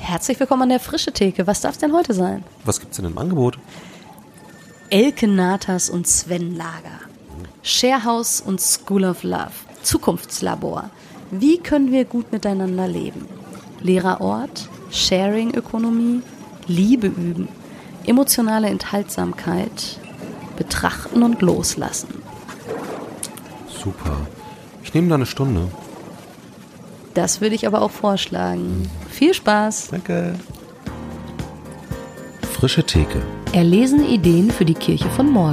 Herzlich willkommen an der Frische Theke. Was darf es denn heute sein? Was gibt's denn im Angebot? Elke Natas und Sven Lager. Sharehouse und School of Love. Zukunftslabor. Wie können wir gut miteinander leben? Lehrerort, Sharing-Ökonomie, Liebe üben, emotionale Enthaltsamkeit, betrachten und loslassen. Super. Ich nehme da eine Stunde. Das würde ich aber auch vorschlagen. Viel Spaß. Danke. Frische Theke. Erlesene Ideen für die Kirche von morgen.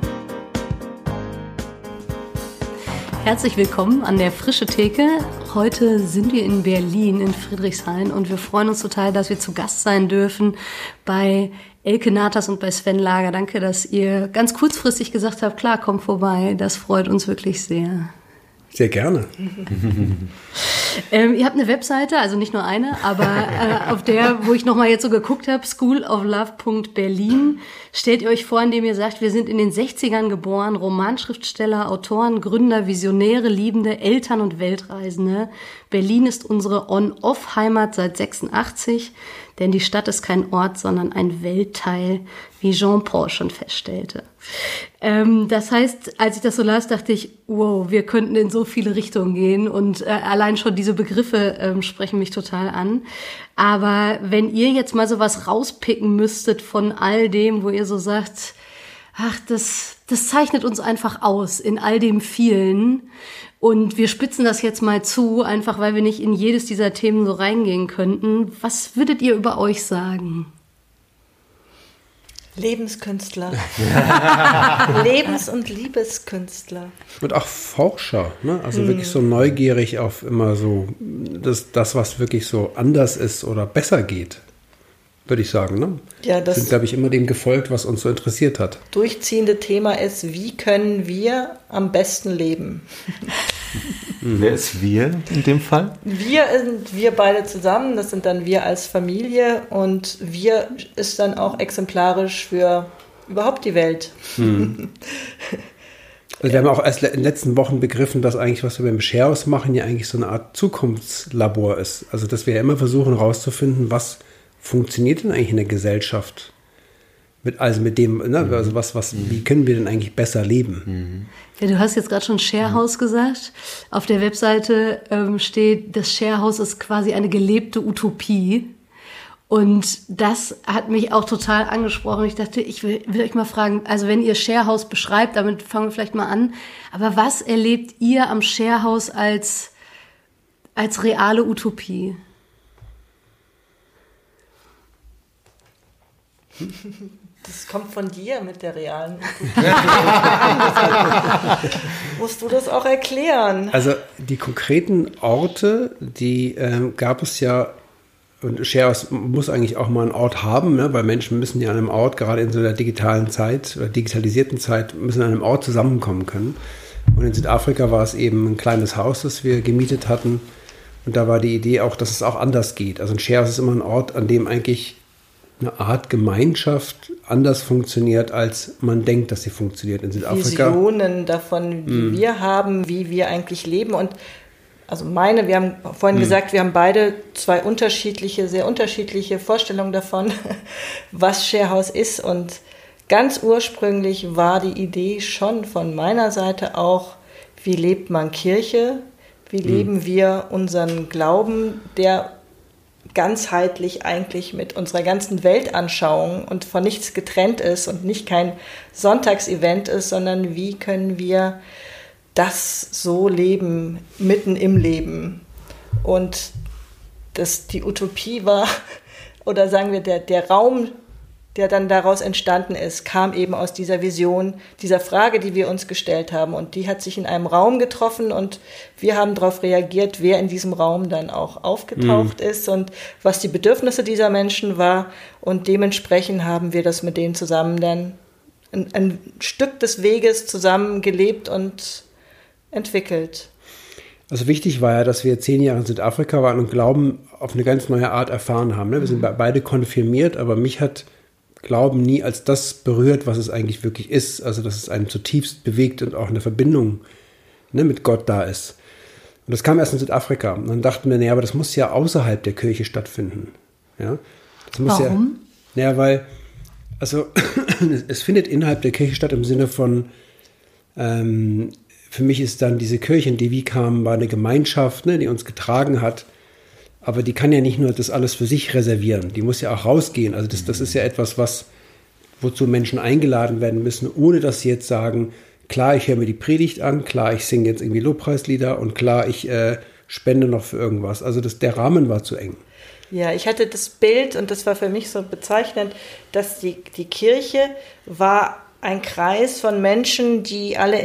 Herzlich willkommen an der Frische Theke. Heute sind wir in Berlin, in Friedrichshain, und wir freuen uns total, dass wir zu Gast sein dürfen bei Elke Natas und bei Sven Lager. Danke, dass ihr ganz kurzfristig gesagt habt, klar, komm vorbei. Das freut uns wirklich sehr. Sehr gerne. Ihr habt eine Webseite, also nicht nur eine, aber auf der, wo ich nochmal jetzt so geguckt habe, schooloflove.berlin, stellt ihr euch vor, indem ihr sagt, wir sind in den 60ern geboren, Romanschriftsteller, Autoren, Gründer, Visionäre, Liebende, Eltern und Weltreisende. Berlin ist unsere On-Off-Heimat seit 86, denn die Stadt ist kein Ort, sondern ein Weltteil, wie Jean-Paul schon feststellte. Das heißt, als ich das so las, dachte ich, wow, wir könnten in so viele Richtungen gehen und allein schon diese Begriffe sprechen mich total an. Aber wenn ihr jetzt mal so was rauspicken müsstet von all dem, wo ihr so sagt, ach, das zeichnet uns einfach aus in all dem vielen. Und wir spitzen das jetzt mal zu, einfach weil wir nicht in jedes dieser Themen so reingehen könnten. Was würdet ihr über euch sagen? Lebenskünstler. Lebens- und Liebeskünstler. Und auch Forscher, ne? Also wirklich so neugierig auf immer so das, was wirklich so anders ist oder besser geht, würde ich sagen. Ne? Ja, das sind, glaube ich, immer dem gefolgt, was uns so interessiert hat. Durchziehende Thema ist, wie können wir am besten leben? Wer ist wir in dem Fall? Wir sind wir beide zusammen, das sind dann wir als Familie, und wir ist dann auch exemplarisch für überhaupt die Welt. Also wir haben auch erst in den letzten Wochen begriffen, dass eigentlich, was wir beim Sharehouse machen, ja eigentlich so eine Art Zukunftslabor ist. Also dass wir ja immer versuchen herauszufinden, was funktioniert denn eigentlich in der Gesellschaft? Mit dem, ne? Also wie können wir denn eigentlich besser leben? Ja, du hast jetzt gerade schon Sharehouse gesagt. Auf der Webseite steht, das Sharehouse ist quasi eine gelebte Utopie. Und das hat mich auch total angesprochen. Ich dachte, ich will euch mal fragen, also wenn ihr Sharehouse beschreibt, damit fangen wir vielleicht mal an, aber was erlebt ihr am Sharehouse als reale Utopie? Das kommt von dir mit der realen Utopie. Musst du das auch erklären? Also die konkreten Orte, die gab es ja, und Sharehouse muss eigentlich auch mal einen Ort haben, ne? Weil Menschen müssen ja an einem Ort, gerade in so der digitalen Zeit oder digitalisierten Zeit, müssen an einem Ort zusammenkommen können. Und in Südafrika war es eben ein kleines Haus, das wir gemietet hatten. Und da war die Idee auch, dass es auch anders geht. Also ein Sharehouse ist immer ein Ort, an dem eigentlich eine Art Gemeinschaft anders funktioniert, als man denkt, dass sie funktioniert in Südafrika. Visionen davon, die wir haben, wie wir eigentlich leben. Und also wir haben vorhin gesagt, wir haben beide zwei sehr unterschiedliche Vorstellungen davon, was Sharehouse ist. Und ganz ursprünglich war die Idee schon von meiner Seite auch, wie lebt man Kirche? Wie leben wir unseren Glauben, der ganzheitlich eigentlich mit unserer ganzen Weltanschauung und von nichts getrennt ist und nicht kein Sonntagsevent ist, sondern wie können wir das so leben, mitten im Leben. Und die Utopie war, oder sagen wir, der Raum, der dann daraus entstanden ist, kam eben aus dieser Vision, dieser Frage, die wir uns gestellt haben. Und die hat sich in einem Raum getroffen und wir haben darauf reagiert, wer in diesem Raum dann auch aufgetaucht ist und was die Bedürfnisse dieser Menschen war. Und dementsprechend haben wir das mit denen zusammen dann ein Stück des Weges zusammen gelebt und entwickelt. Also wichtig war ja, dass wir 10 Jahre in Südafrika waren und Glauben auf eine ganz neue Art erfahren haben. Wir sind beide konfirmiert, aber mich hat Glauben nie als das berührt, was es eigentlich wirklich ist. Also dass es einen zutiefst bewegt und auch eine Verbindung mit Gott da ist. Und das kam erst in Südafrika. Und dann dachten wir, aber das muss ja außerhalb der Kirche stattfinden. Ja? Das muss Warum? Ja, weil, also es findet innerhalb der Kirche statt im Sinne von, für mich ist dann diese Kirche, in die wir kamen, war eine Gemeinschaft, ne, die uns getragen hat. Aber die kann ja nicht nur das alles für sich reservieren. Die muss ja auch rausgehen. Also das ist ja etwas, wozu Menschen eingeladen werden müssen, ohne dass sie jetzt sagen, klar, ich höre mir die Predigt an, klar, ich singe jetzt irgendwie Lobpreislieder und klar, ich spende noch für irgendwas. Also der Rahmen war zu eng. Ja, ich hatte das Bild, und das war für mich so bezeichnend, dass die Kirche war ein Kreis von Menschen, die alle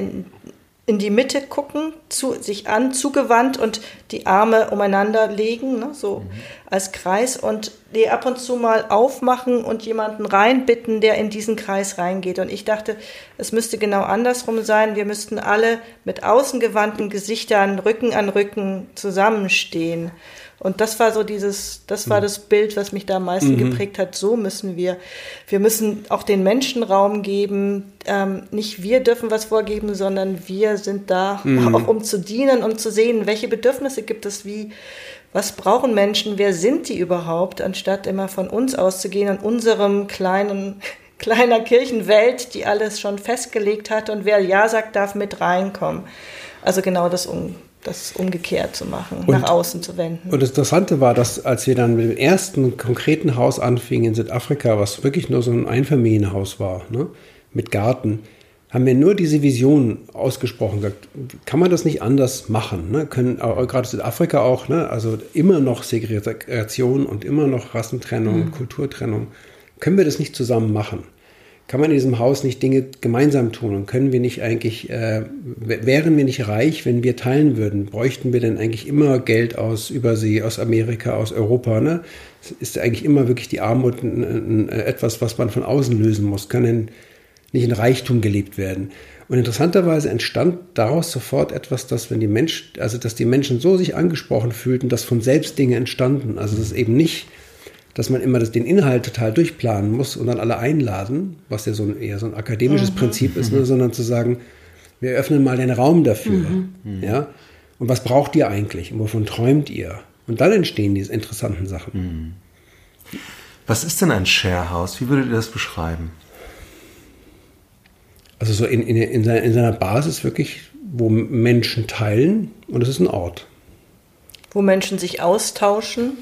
in die Mitte gucken, sich zugewandt und die Arme umeinander legen, ne, so als Kreis, und die ab und zu mal aufmachen und jemanden reinbitten, der in diesen Kreis reingeht. Und ich dachte, es müsste genau andersrum sein. Wir müssten alle mit außengewandten Gesichtern, Rücken an Rücken zusammenstehen. Und das war so das war das Bild, was mich da am meisten geprägt hat. So müssen wir müssen auch den Menschen Raum geben. Nicht wir dürfen was vorgeben, sondern wir sind da auch, um zu dienen, um zu sehen, welche Bedürfnisse gibt es, was brauchen Menschen, wer sind die überhaupt, anstatt immer von uns auszugehen, an unserem kleiner Kirchenwelt, die alles schon festgelegt hat, und wer Ja sagt, darf mit reinkommen. Also genau das umgekehrt zu machen, nach außen zu wenden. Und das Interessante war, dass als wir dann mit dem ersten konkreten Haus anfingen in Südafrika, was wirklich nur so ein Einfamilienhaus war, ne, mit Garten, haben wir nur diese Vision ausgesprochen, gesagt, kann man das nicht anders machen? Ne? Können gerade Südafrika auch, ne, also immer noch Segregation und immer noch Rassentrennung und Kulturtrennung, können wir das nicht zusammen machen? Kann man in diesem Haus nicht Dinge gemeinsam tun? Und können wir nicht eigentlich, wären wir nicht reich, wenn wir teilen würden? Bräuchten wir denn eigentlich immer Geld aus Übersee, aus Amerika, aus Europa? Ne? Ist eigentlich immer wirklich die Armut etwas, was man von außen lösen muss? Kann denn nicht in Reichtum gelebt werden? Und interessanterweise entstand daraus sofort etwas, dass die Menschen so sich angesprochen fühlten, dass von selbst Dinge entstanden. Also das ist eben nicht, dass man immer den Inhalt total durchplanen muss und dann alle einladen, was ja eher so ein akademisches Prinzip ist, ne, sondern zu sagen, wir öffnen mal den Raum dafür. Ja? Und was braucht ihr eigentlich? Und wovon träumt ihr? Und dann entstehen diese interessanten Sachen. Was ist denn ein Sharehouse? Wie würdet ihr das beschreiben? Also so in seiner Basis wirklich, wo Menschen teilen, und es ist ein Ort. Wo Menschen sich austauschen.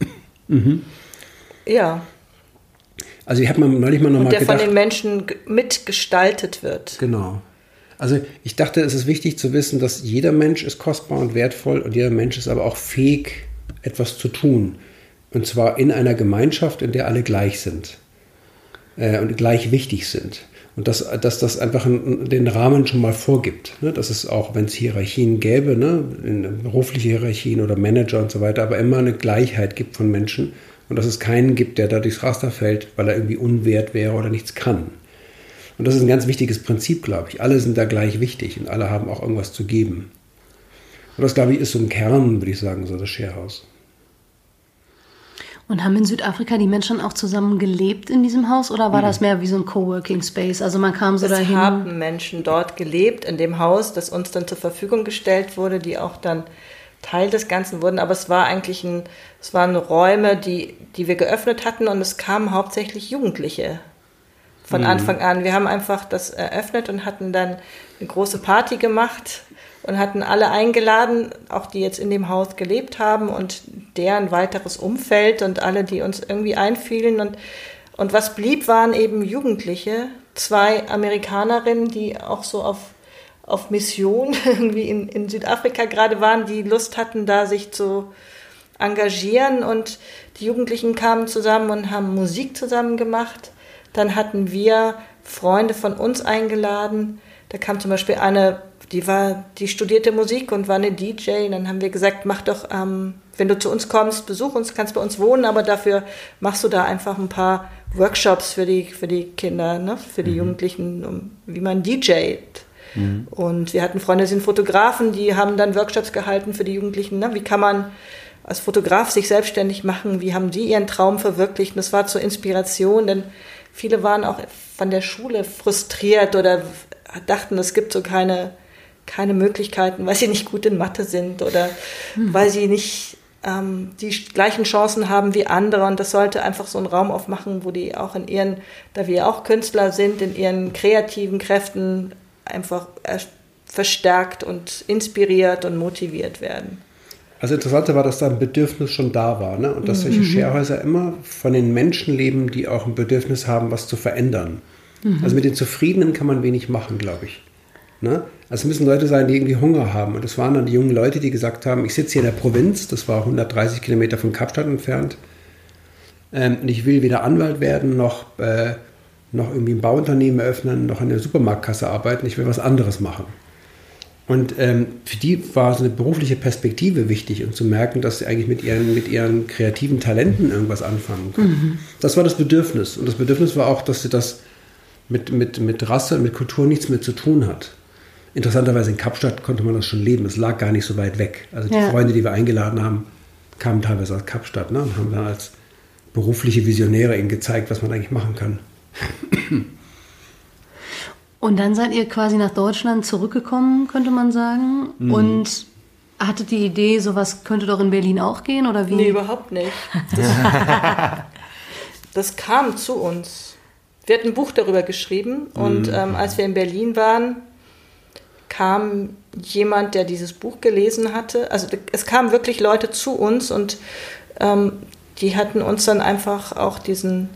Ja. Also ich habe mir neulich mal nochmal gedacht. Und der von den Menschen mitgestaltet wird. Genau. Also ich dachte, es ist wichtig zu wissen, dass jeder Mensch ist kostbar und wertvoll und jeder Mensch ist aber auch fähig, etwas zu tun. Und zwar in einer Gemeinschaft, in der alle gleich sind und gleich wichtig sind. Und dass das einfach den Rahmen schon mal vorgibt. Ne? Dass es auch, wenn es Hierarchien gäbe, ne? Berufliche Hierarchien oder Manager und so weiter, aber immer eine Gleichheit gibt von Menschen. Und dass es keinen gibt, der da durchs Raster fällt, weil er irgendwie unwert wäre oder nichts kann. Und das ist ein ganz wichtiges Prinzip, glaube ich. Alle sind da gleich wichtig und alle haben auch irgendwas zu geben. Und das, glaube ich, ist so ein Kern, würde ich sagen, so das Sharehouse. Und haben in Südafrika die Menschen auch zusammen gelebt in diesem Haus oder war das mehr wie so ein Coworking Space? Also man kam so dahin. Es haben Menschen dort gelebt, in dem Haus, das uns dann zur Verfügung gestellt wurde, die auch dann Teil des Ganzen wurden. Aber es war eigentlich es waren Räume, die wir geöffnet hatten, und es kamen hauptsächlich Jugendliche von Anfang an. Wir haben einfach das eröffnet und hatten dann eine große Party gemacht und hatten alle eingeladen, auch die jetzt in dem Haus gelebt haben und deren weiteres Umfeld und alle, die uns irgendwie einfielen. Und was blieb, waren eben Jugendliche, 2 Amerikanerinnen, die auch so auf Mission irgendwie in Südafrika gerade waren, die Lust hatten, da sich zu engagieren, und die Jugendlichen kamen zusammen und haben Musik zusammen gemacht. Dann hatten wir Freunde von uns eingeladen. Da kam zum Beispiel eine, die studierte Musik und war eine DJ. Und dann haben wir gesagt, mach doch, wenn du zu uns kommst, besuch uns, kannst bei uns wohnen, aber dafür machst du da einfach ein paar Workshops für die Kinder, ne, für die Jugendlichen, wie man DJt. Und wir hatten Freunde, die sind Fotografen, die haben dann Workshops gehalten für die Jugendlichen. Ne? Wie kann man als Fotograf sich selbstständig machen? Wie haben die ihren Traum verwirklicht? Und das war zur Inspiration, denn viele waren auch von der Schule frustriert oder dachten, es gibt so keine Möglichkeiten, weil sie nicht gut in Mathe sind oder weil sie nicht die gleichen Chancen haben wie andere und das sollte einfach so einen Raum aufmachen, wo die auch in ihren, da wir auch Künstler sind, in ihren kreativen Kräften einfach verstärkt und inspiriert und motiviert werden. Also interessant war, dass da ein Bedürfnis schon da war, ne? Und dass solche Sharehäuser immer von den Menschen leben, die auch ein Bedürfnis haben, was zu verändern. Also mit den Zufriedenen kann man wenig machen, glaube ich. Ne? Also es müssen Leute sein, die irgendwie Hunger haben. Und das waren dann die jungen Leute, die gesagt haben, ich sitze hier in der Provinz, das war 130 Kilometer von Kapstadt entfernt, und ich will weder Anwalt werden, noch irgendwie ein Bauunternehmen eröffnen, noch an der Supermarktkasse arbeiten, ich will was anderes machen. Und für die war so eine berufliche Perspektive wichtig und zu merken, dass sie eigentlich mit ihren kreativen Talenten irgendwas anfangen können. Das war das Bedürfnis. Und das Bedürfnis war auch, dass sie das mit Rasse und mit Kultur nichts mehr zu tun hat. Interessanterweise in Kapstadt konnte man das schon leben. Es lag gar nicht so weit weg. Also die Freunde, die wir eingeladen haben, kamen teilweise aus Kapstadt, ne, und haben dann als berufliche Visionäre ihnen gezeigt, was man eigentlich machen kann. Und dann seid ihr quasi nach Deutschland zurückgekommen, könnte man sagen. Und hattet die Idee, sowas könnte doch in Berlin auch gehen, oder wie? Nee, überhaupt nicht. Das kam zu uns. Wir hatten ein Buch darüber geschrieben und als wir in Berlin waren, kam jemand, der dieses Buch gelesen hatte. Also es kamen wirklich Leute zu uns und die hatten uns dann einfach auch diesen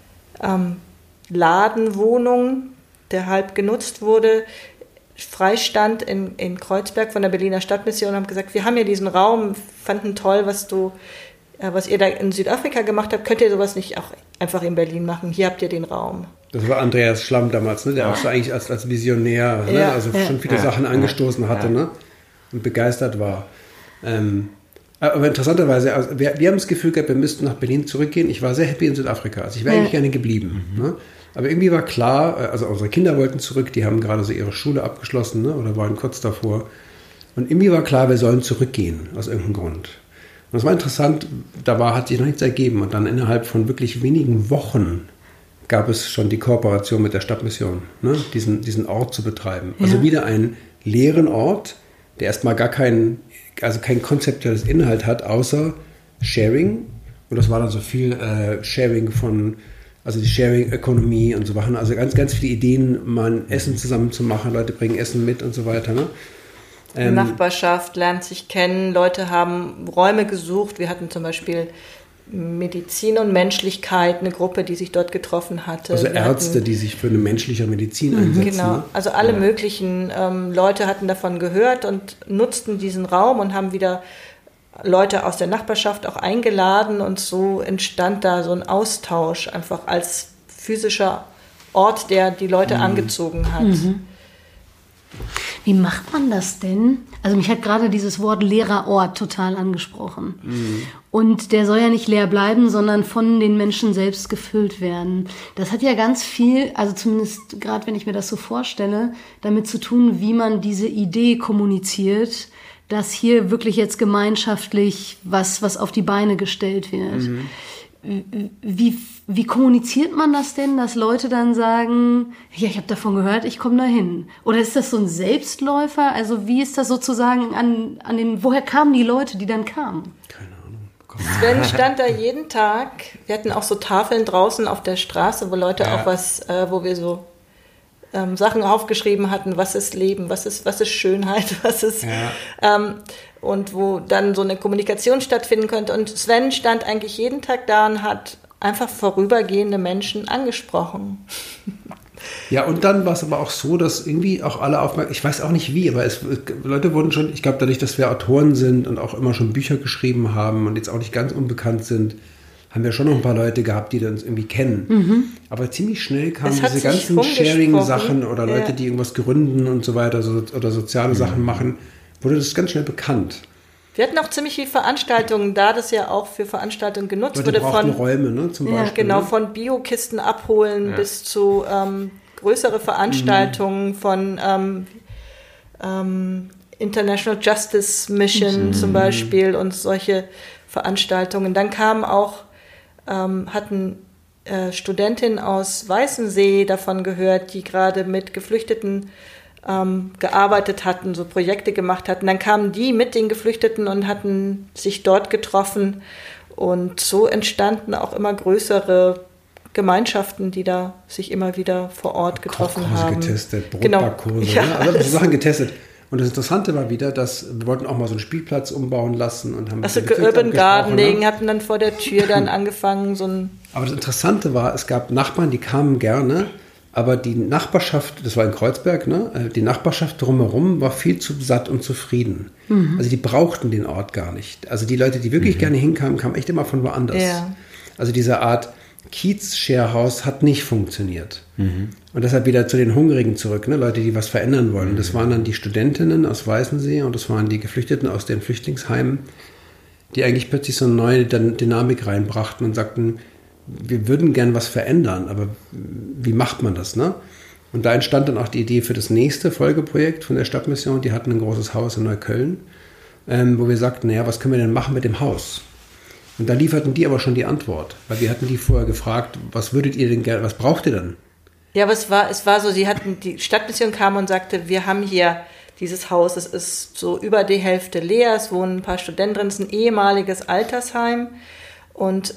Ladenwohnung, der halb genutzt wurde, freistand in Kreuzberg von der Berliner Stadtmission und haben gesagt, wir haben hier diesen Raum, fanden toll, was ihr da in Südafrika gemacht habt, könnt ihr sowas nicht auch einfach in Berlin machen? Hier habt ihr den Raum. Das war Andreas Schlamm damals, ne, der auch so eigentlich als Visionär, ne, also schon viele Sachen angestoßen hatte, ne, und begeistert war. Aber interessanterweise, also wir haben das Gefühl gehabt, wir müssten nach Berlin zurückgehen. Ich war sehr happy in Südafrika, also ich wäre eigentlich gerne geblieben. Ne? Aber irgendwie war klar, also unsere Kinder wollten zurück, die haben gerade so ihre Schule abgeschlossen, ne, oder waren kurz davor. Und irgendwie war klar, wir sollen zurückgehen, aus irgendeinem Grund. Und das war interessant, hat sich noch nichts ergeben. Und dann innerhalb von wirklich wenigen Wochen gab es schon die Kooperation mit der Stadtmission, ne, diesen Ort zu betreiben. Also wieder einen leeren Ort, der erstmal gar kein konzeptuelles Inhalt hat, außer Sharing. Und das war dann so viel Sharing also die Sharing-Ökonomie und so Sachen. Also ganz, ganz viele Ideen, mal ein Essen zusammen zu machen, Leute bringen Essen mit und so weiter. Ne? Nachbarschaft lernt sich kennen, Leute haben Räume gesucht. Wir hatten zum Beispiel Medizin und Menschlichkeit, eine Gruppe, die sich dort getroffen hatte. Also Ärzte, die sich für eine menschliche Medizin einsetzen. Genau, ne? also alle möglichen Leute hatten davon gehört und nutzten diesen Raum und haben wieder Leute aus der Nachbarschaft auch eingeladen und so entstand da so ein Austausch, einfach als physischer Ort, der die Leute angezogen hat. Wie macht man das denn? Also mich hat gerade dieses Wort leerer Ort total angesprochen. Und der soll ja nicht leer bleiben, sondern von den Menschen selbst gefüllt werden. Das hat ja ganz viel, also zumindest gerade wenn ich mir das so vorstelle, damit zu tun, wie man diese Idee kommuniziert, dass hier wirklich jetzt gemeinschaftlich was auf die Beine gestellt wird. Wie kommuniziert man das denn, dass Leute dann sagen, ja, ich habe davon gehört, ich komme da hin? Oder ist das so ein Selbstläufer? Also wie ist das sozusagen woher kamen die Leute, die dann kamen? Keine Ahnung. Sven stand da jeden Tag. Wir hatten auch so Tafeln draußen auf der Straße, wo Leute auch wo wir so Sachen aufgeschrieben hatten, was ist Leben, was ist Schönheit, was ist und wo dann so eine Kommunikation stattfinden könnte. Und Sven stand eigentlich jeden Tag da und hat einfach vorübergehende Menschen angesprochen. Ja, und dann war es aber auch so, dass irgendwie auch alle aufmerksam, ich weiß auch nicht wie, aber Leute wurden schon, ich glaube dadurch, dass wir Autoren sind und auch immer schon Bücher geschrieben haben und jetzt auch nicht ganz unbekannt sind, haben wir schon noch ein paar Leute gehabt, die uns irgendwie kennen. Aber ziemlich schnell kamen diese ganzen Sharing-Sachen oder Leute, die irgendwas gründen und so weiter oder soziale Sachen machen, wurde das ganz schnell bekannt. Wir hatten auch ziemlich viele Veranstaltungen, da das ja auch für Veranstaltungen genutzt Leute wurde. Von Räume, ne, zum Beispiel. Genau, von Biokisten abholen bis zu größere Veranstaltungen von International Justice Mission zum Beispiel und solche Veranstaltungen. Dann kamen auch hatten Studentinnen aus Weißensee davon gehört, die gerade mit Geflüchteten gearbeitet hatten, so Projekte gemacht hatten. Dann kamen die mit den Geflüchteten und hatten sich dort getroffen. Und so entstanden auch immer größere Gemeinschaften, die da sich immer wieder vor Ort getroffen haben. Getestet, Brotbackkurse, genau. Ne? Also so Sachen getestet. Und das Interessante war wieder, dass wir wollten auch mal so einen Spielplatz umbauen lassen und haben Urban Gardening, hatten dann vor der Tür dann angefangen, so ein... Aber das Interessante war, es gab Nachbarn, die kamen gerne, aber die Nachbarschaft, das war in Kreuzberg, ne? Die Nachbarschaft drumherum war viel zu satt und zufrieden. Also die brauchten den Ort gar nicht. Also die Leute, die wirklich gerne hinkamen, kamen echt immer von woanders. Ja. Also diese Art Kiez-Sharehouse hat nicht funktioniert. Und deshalb wieder zu den Hungrigen zurück, ne? Leute, die was verändern wollen. Das waren dann die Studentinnen aus Weißensee und das waren die Geflüchteten aus den Flüchtlingsheimen, die eigentlich plötzlich so eine neue Dynamik reinbrachten und sagten, wir würden gern was verändern, aber wie macht man das, ne? Und da entstand dann auch die Idee für das nächste Folgeprojekt von der Stadtmission. Die hatten ein großes Haus in Neukölln, wo wir sagten, naja, was können wir denn machen mit dem Haus? Und da lieferten die aber schon die Antwort, weil wir hatten die vorher gefragt, was würdet ihr denn gerne, was braucht ihr denn? Ja, aber es war so, die Stadtmission kam und sagte, wir haben hier dieses Haus, es ist so über die Hälfte leer, es wohnen ein paar Studenten drin, es ist ein ehemaliges Altersheim und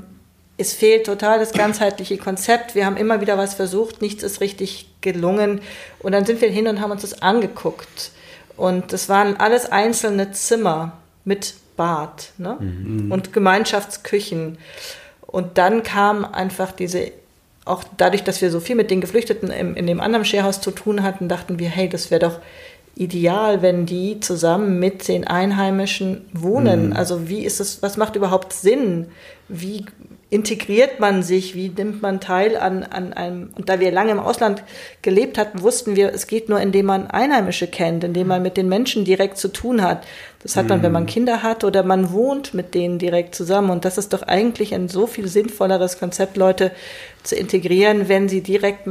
es fehlt total das ganzheitliche Konzept. Wir haben immer wieder was versucht, nichts ist richtig gelungen. Und dann sind wir hin und haben uns das angeguckt. Und das waren alles einzelne Zimmer mit Bad, ne? Und Gemeinschaftsküchen. Und dann kam einfach auch dadurch, dass wir so viel mit den Geflüchteten in dem anderen Sharehouse zu tun hatten, dachten wir, hey, das wäre doch ideal, wenn die zusammen mit den Einheimischen wohnen. Also wie ist es, was macht überhaupt Sinn? Wie integriert man sich? Wie nimmt man teil an einem, und da wir lange im Ausland gelebt hatten, wussten wir, es geht nur, indem man Einheimische kennt, indem man mit den Menschen direkt zu tun hat. Das hat man, wenn man Kinder hat oder man wohnt mit denen direkt zusammen. Und das ist doch eigentlich ein so viel sinnvolleres Konzept, Leute zu integrieren, wenn sie direkt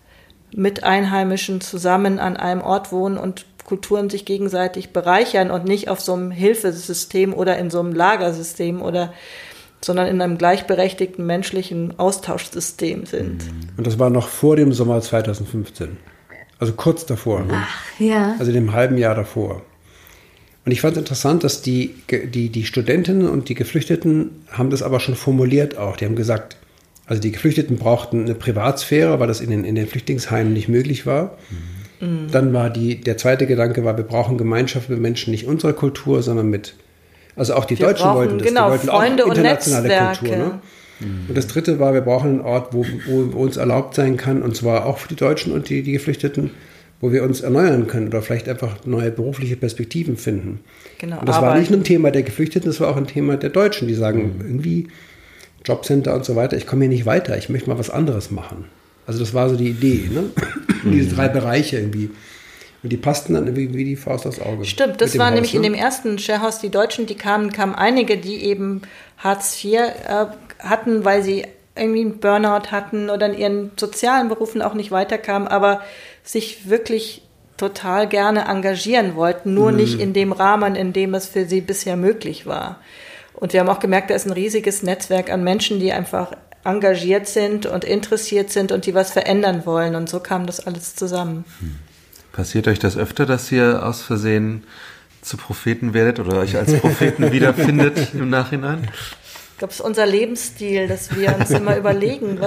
mit Einheimischen zusammen an einem Ort wohnen und Kulturen sich gegenseitig bereichern und nicht auf so einem Hilfesystem oder in so einem Lagersystem sondern in einem gleichberechtigten menschlichen Austauschsystem sind. Und das war noch vor dem Sommer 2015. Also kurz davor. Ne? Ach, ja. Also dem halben Jahr davor. Und ich fand es interessant, dass die Studentinnen und die Geflüchteten haben das aber schon formuliert auch. Die haben gesagt, also die Geflüchteten brauchten eine Privatsphäre, weil das in den Flüchtlingsheimen nicht möglich war. Dann war der zweite Gedanke war, wir brauchen Gemeinschaft mit Menschen, nicht unserer Kultur, sondern also auch die Deutschen wollten das. Genau, die wollten Freunde auch internationale und Netzwerke. Kultur. Ne? Und das dritte war, wir brauchen einen Ort, wo uns erlaubt sein kann, und zwar auch für die Deutschen und die Geflüchteten, wo wir uns erneuern können oder vielleicht einfach neue berufliche Perspektiven finden. Genau, und das war nicht nur ein Thema der Geflüchteten, das war auch ein Thema der Deutschen, die sagen, irgendwie Jobcenter und so weiter, ich komme hier nicht weiter, ich möchte mal was anderes machen. Also das war so die Idee, ne? Diese 3 Bereiche irgendwie. Und die passten dann wie die Faust aufs Auge. Stimmt, das war nämlich in dem ersten Sharehouse, die Deutschen, die kamen einige, die eben Hartz IV hatten, weil sie irgendwie einen Burnout hatten oder in ihren sozialen Berufen auch nicht weiterkamen, aber sich wirklich total gerne engagieren wollten, nur nicht in dem Rahmen, in dem es für sie bisher möglich war. Und wir haben auch gemerkt, da ist ein riesiges Netzwerk an Menschen, die einfach engagiert sind und interessiert sind und die was verändern wollen. Und so kam das alles zusammen. Passiert euch das öfter, dass ihr aus Versehen zu Propheten werdet oder euch als Propheten wiederfindet im Nachhinein? Ich glaube, es ist unser Lebensstil, dass wir uns immer überlegen,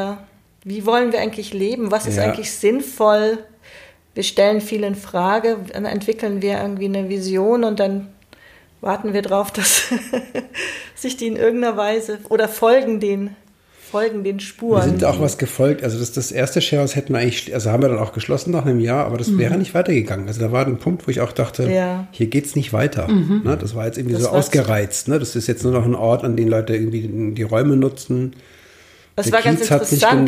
wie wollen wir eigentlich leben, was ist eigentlich sinnvoll. Wir stellen viel in Frage, dann entwickeln wir irgendwie eine Vision und dann warten wir drauf, dass sich die in irgendeiner Weise oder folgen den Spuren. Wir sind auch was gefolgt. Also das erste Sharehouse hätten wir eigentlich, also haben wir dann auch geschlossen nach einem Jahr, aber das wäre nicht weitergegangen. Also da war ein Punkt, wo ich auch dachte, hier geht's nicht weiter. Ne? Das war jetzt irgendwie so ausgereizt. Ne? Das ist jetzt nur noch ein Ort, an dem Leute irgendwie die Räume nutzen. Das war ganz interessant.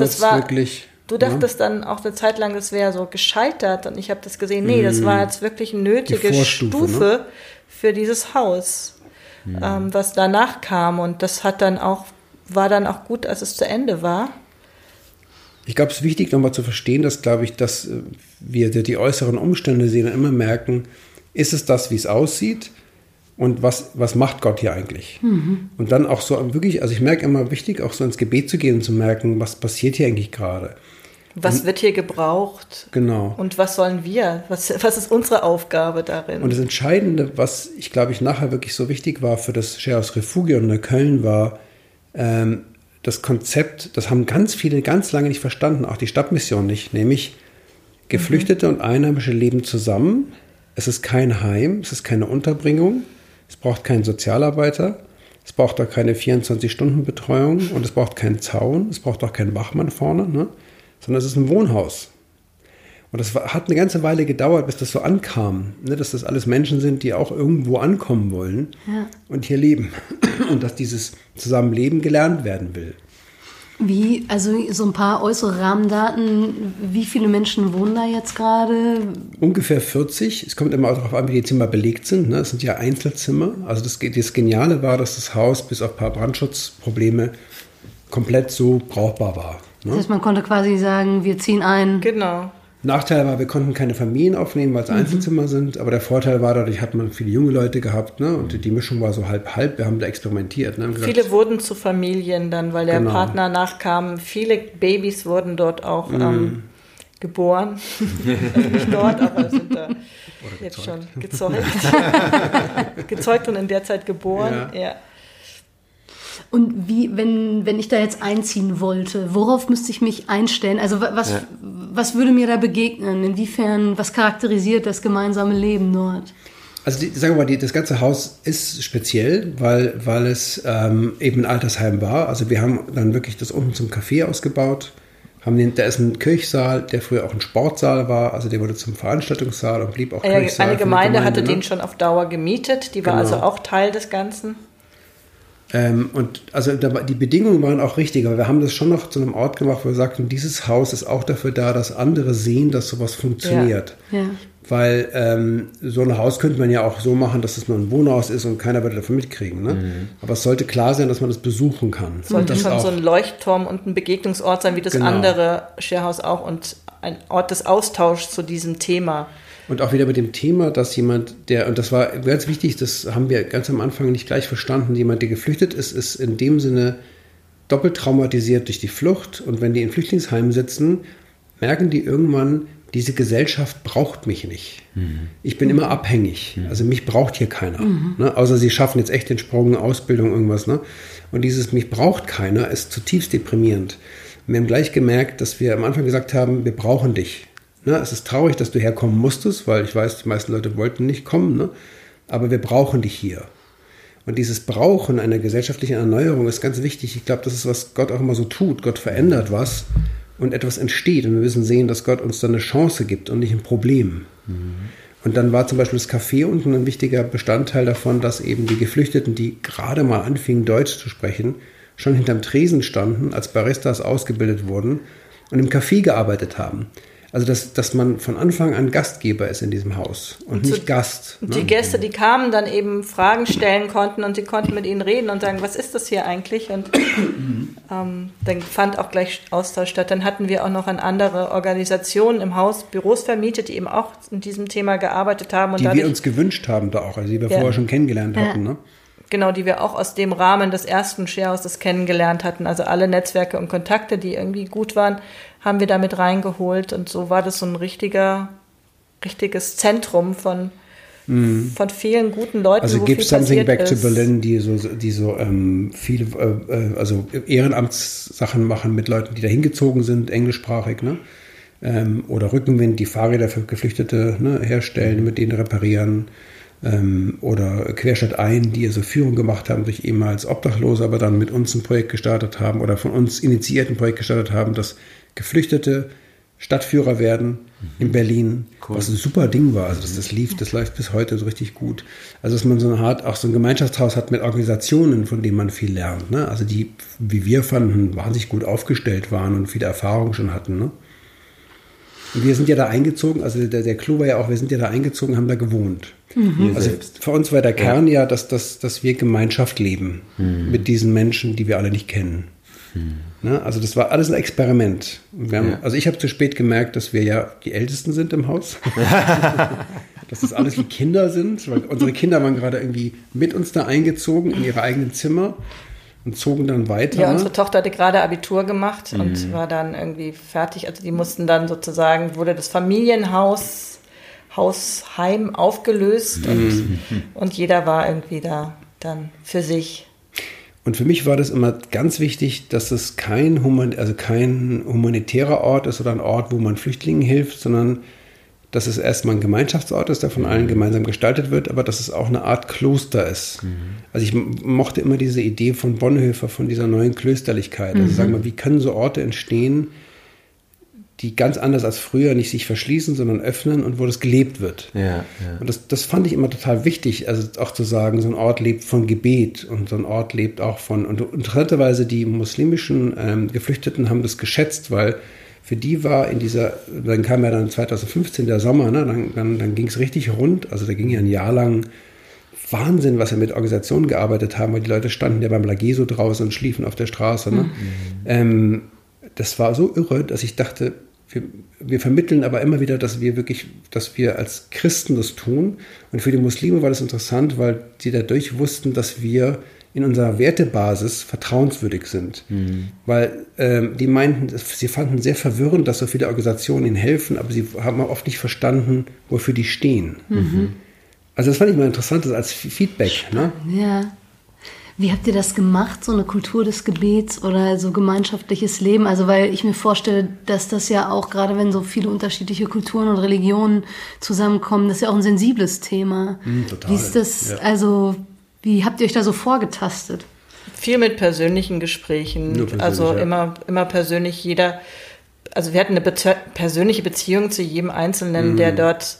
Du dachtest dann auch eine Zeit lang, das wäre so gescheitert und ich habe das gesehen. Nee, das war jetzt wirklich eine nötige Stufe für dieses Haus, was danach kam und das war dann auch gut, als es zu Ende war. Ich glaube, es ist wichtig, nochmal zu verstehen, dass wir die äußeren Umstände sehen und immer merken, ist es das, wie es aussieht und was macht Gott hier eigentlich? Und dann auch so wirklich, also ich merke immer wichtig, auch so ins Gebet zu gehen und zu merken, was passiert hier eigentlich gerade? Was wird hier gebraucht? Genau. Und was sollen wir? Was ist unsere Aufgabe darin? Und das Entscheidende, was ich glaube ich nachher wirklich so wichtig war für das Scherhaus Refugium in Neukölln, war das Konzept, das haben ganz viele ganz lange nicht verstanden, auch die Stadtmission nicht, nämlich Geflüchtete und Einheimische leben zusammen. Es ist kein Heim, es ist keine Unterbringung, es braucht keinen Sozialarbeiter, es braucht auch keine 24-Stunden-Betreuung und es braucht keinen Zaun, es braucht auch keinen Wachmann vorne, ne? Sondern es ist ein Wohnhaus. Und das hat eine ganze Weile gedauert, bis das so ankam, ne? Dass das alles Menschen sind, die auch irgendwo ankommen wollen und hier leben. Und dass dieses Zusammenleben gelernt werden will. Wie, also so ein paar äußere Rahmendaten, wie viele Menschen wohnen da jetzt gerade? Ungefähr 40. Es kommt immer auch darauf an, wie die Zimmer belegt sind. Ne? Es sind ja Einzelzimmer. Also das Geniale war, dass das Haus bis auf ein paar Brandschutzprobleme komplett so brauchbar war. Ne? Das heißt, man konnte quasi sagen, wir ziehen ein. Genau. Nachteil war, wir konnten keine Familien aufnehmen, weil es Einzelzimmer sind. Aber der Vorteil war, dadurch hat man viele junge Leute gehabt. Ne? Und die Mischung war so halb-halb. Wir haben da experimentiert. Ne? Viele wurden zu Familien dann, weil der Partner nachkam. Viele Babys wurden dort auch geboren. Also nicht dort, aber sind da jetzt schon gezeugt. Gezeugt und in der Zeit geboren. Ja. Und wie, wenn ich da jetzt einziehen wollte, worauf müsste ich mich einstellen? Also was würde mir da begegnen? Inwiefern, was charakterisiert das gemeinsame Leben dort? Also sagen wir mal, das ganze Haus ist speziell, weil es eben ein Altersheim war. Also wir haben dann wirklich das unten zum Café ausgebaut. Da ist ein Kirchsaal, der früher auch ein Sportsaal war. Also der wurde zum Veranstaltungssaal und blieb auch Kirchsaal. Eine Gemeinde hatte den schon auf Dauer gemietet. Die war also auch Teil des Ganzen. Und also die Bedingungen waren auch richtig, aber wir haben das schon noch zu einem Ort gemacht, wo wir sagten, dieses Haus ist auch dafür da, dass andere sehen, dass sowas funktioniert. Ja. Weil so ein Haus könnte man ja auch so machen, dass es nur ein Wohnhaus ist und keiner würde davon mitkriegen. Ne? Aber es sollte klar sein, dass man das besuchen kann. Es sollte schon so ein Leuchtturm und ein Begegnungsort sein, wie das andere Sharehouse auch, und ein Ort des Austauschs zu diesem Thema. Und auch wieder mit dem Thema, dass jemand, und das war ganz wichtig, das haben wir ganz am Anfang nicht gleich verstanden, jemand, der geflüchtet ist, ist in dem Sinne doppelt traumatisiert durch die Flucht. Und wenn die in Flüchtlingsheimen sitzen, merken die irgendwann, diese Gesellschaft braucht mich nicht. Ich bin immer abhängig. Also mich braucht hier keiner. Ne? Außer sie schaffen jetzt echt den Sprung, Ausbildung, irgendwas. Ne? Und dieses mich braucht keiner ist zutiefst deprimierend. Und wir haben gleich gemerkt, dass wir am Anfang gesagt haben, wir brauchen dich. Ne, es ist traurig, dass du herkommen musstest, weil ich weiß, die meisten Leute wollten nicht kommen, ne? Aber wir brauchen dich hier. Und dieses Brauchen einer gesellschaftlichen Erneuerung ist ganz wichtig. Ich glaube, das ist, was Gott auch immer so tut. Gott verändert was und etwas entsteht. Und wir müssen sehen, dass Gott uns dann eine Chance gibt und nicht ein Problem. Und dann war zum Beispiel das Café unten ein wichtiger Bestandteil davon, dass eben die Geflüchteten, die gerade mal anfingen, Deutsch zu sprechen, schon hinterm Tresen standen, als Baristas ausgebildet wurden und im Café gearbeitet haben. Also, dass man von Anfang an Gastgeber ist in diesem Haus und nicht Gast. Und die Gäste, die kamen, dann eben Fragen stellen konnten und sie konnten mit ihnen reden und sagen, was ist das hier eigentlich? Und dann fand auch gleich Austausch statt. Dann hatten wir auch noch an andere Organisationen im Haus Büros vermietet, die eben auch in diesem Thema gearbeitet haben. Und die wir uns gewünscht haben da auch, also die wir vorher schon kennengelernt hatten, ne? Genau, die wir auch aus dem Rahmen des ersten Sharehouses kennengelernt hatten. Also alle Netzwerke und Kontakte, die irgendwie gut waren, haben wir damit reingeholt. Und so war das so ein richtiges Zentrum von vielen guten Leuten, also wo Give viel Something Back ist. to Berlin, die so viele also Ehrenamtssachen machen mit Leuten, die da hingezogen sind, englischsprachig, ne? Oder Rückenwind, die Fahrräder für Geflüchtete, ne, herstellen, mit denen reparieren. Oder Querstadt ein, die also Führung gemacht haben durch ehemals Obdachlose, aber dann mit uns ein Projekt gestartet haben oder von uns initiiert ein Projekt gestartet haben, dass Geflüchtete Stadtführer werden in Berlin, was ein super Ding war. Also das läuft bis heute so richtig gut. Also dass man so eine Art, auch so ein Gemeinschaftshaus hat mit Organisationen, von denen man viel lernt. Ne? Also die, wie wir fanden, wahnsinnig gut aufgestellt waren und viele Erfahrungen schon hatten. Ne? Und wir sind ja da eingezogen, also der Clou war ja auch, wir sind ja da eingezogen, haben da gewohnt. Also für uns war der Kern ja, dass wir Gemeinschaft leben mit diesen Menschen, die wir alle nicht kennen. Ne? Also das war alles ein Experiment. Also ich habe zu spät gemerkt, dass wir ja die Ältesten sind im Haus. Dass das alles wie Kinder sind, weil unsere Kinder waren gerade irgendwie mit uns da eingezogen in ihre eigenen Zimmer. und zogen dann weiter. Ja, unsere Tochter hatte gerade Abitur gemacht und war dann irgendwie fertig. Also die mussten dann sozusagen, wurde das Familienheim aufgelöst und jeder war irgendwie da dann für sich. Und für mich war das immer ganz wichtig, dass es kein humanitärer Ort ist oder ein Ort, wo man Flüchtlingen hilft, sondern dass es erstmal ein Gemeinschaftsort ist, der von allen gemeinsam gestaltet wird, aber dass es auch eine Art Kloster ist. Also ich mochte immer diese Idee von Bonhoeffer, von dieser neuen Klösterlichkeit. Also sagen wir, wie können so Orte entstehen, die ganz anders als früher nicht sich verschließen, sondern öffnen und wo das gelebt wird. Ja. Und das fand ich immer total wichtig, also auch zu sagen, so ein Ort lebt von Gebet und so ein Ort lebt auch von, und interessanterweise die muslimischen Geflüchteten haben das geschätzt, weil für die war dann kam ja dann 2015 der Sommer, ne? Dann ging es richtig rund, also da ging ja ein Jahr lang Wahnsinn, was wir mit Organisationen gearbeitet haben, weil die Leute standen ja beim Lageso draußen und schliefen auf der Straße. Ne? Das war so irre, dass ich dachte, wir vermitteln aber immer wieder, dass wir als Christen das tun. Und für die Muslime war das interessant, weil sie dadurch wussten, dass wir in unserer Wertebasis vertrauenswürdig sind. Weil die meinten, sie fanden sehr verwirrend, dass so viele Organisationen ihnen helfen, aber sie haben oft nicht verstanden, wofür die stehen. Also das fand ich mal interessant, das als Feedback. Ne? Ja. Wie habt ihr das gemacht, so eine Kultur des Gebets oder so gemeinschaftliches Leben? Also weil ich mir vorstelle, dass das ja auch, gerade wenn so viele unterschiedliche Kulturen und Religionen zusammenkommen, das ist ja auch ein sensibles Thema. Total. Wie ist das, also wie habt ihr euch da so vorgetastet? Viel mit persönlichen Gesprächen, also immer persönlich jeder, also wir hatten eine persönliche Beziehung zu jedem Einzelnen, der dort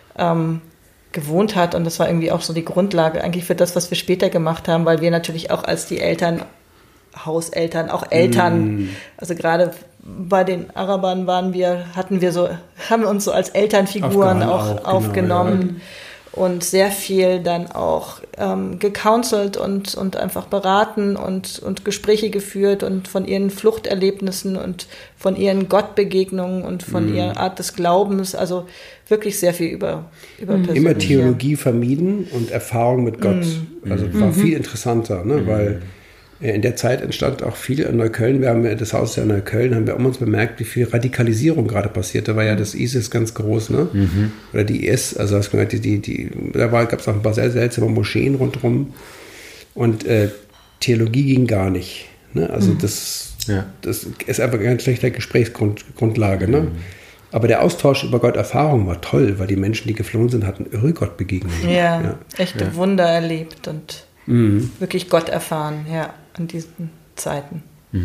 gewohnt hat, und das war irgendwie auch so die Grundlage eigentlich für das, was wir später gemacht haben, weil wir natürlich auch als die Eltern, Hauseltern, auch Eltern, also gerade bei den Arabern haben wir uns so als Elternfiguren aufgenommen. Genau, ja. Und sehr viel dann auch gecounselt und einfach beraten und Gespräche geführt und von ihren Fluchterlebnissen und von ihren Gottbegegnungen und von ihrer Art des Glaubens, also wirklich sehr viel über persönliche. Immer Theologie vermieden und Erfahrung mit Gott. Also war viel interessanter, ne? Weil in der Zeit entstand auch viel in Neukölln. Wir haben das Haus ja in Neukölln, haben wir uns bemerkt, wie viel Radikalisierung gerade passiert. Da war ja das ISIS ganz groß, ne? Oder die IS, also hast du gehört, gab es auch ein paar sehr seltsame Moscheen rundherum. Und Theologie ging gar nicht. Ne? Also das ist einfach eine ganz schlechte Gesprächsgrundlage. Ne? Aber der Austausch über Gott-Erfahrung war toll, weil die Menschen, die geflohen sind, hatten irre Gottbegegnungen. Ja, echte Wunder erlebt und wirklich Gott erfahren, an diesen Zeiten.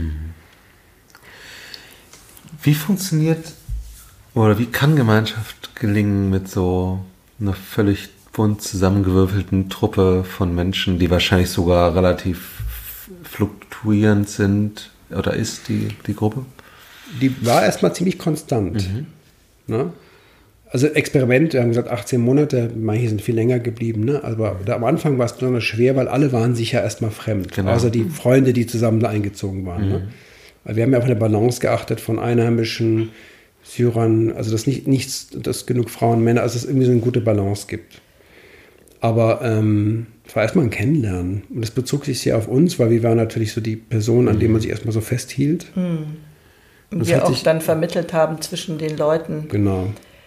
Wie funktioniert oder wie kann Gemeinschaft gelingen mit so einer völlig bunt zusammengewürfelten Truppe von Menschen, die wahrscheinlich sogar relativ fluktuierend sind? Oder ist die Gruppe? Die war erstmal ziemlich konstant. Ne? Also Experiment, wir haben gesagt 18 Monate, manche sind viel länger geblieben, ne? Aber am Anfang war es besonders schwer, weil alle waren sich ja erstmal fremd, außer die Freunde, die zusammen da eingezogen waren. Ne? Weil wir haben ja auf eine Balance geachtet von Einheimischen, Syrern, also dass dass genug Frauen, Männer, also dass es irgendwie so eine gute Balance gibt. Aber es war erstmal ein Kennenlernen und das bezog sich sehr auf uns, weil wir waren natürlich so die Person, an der man sich erstmal so festhielt. Und wir auch dann vermittelt haben zwischen den Leuten. Genau.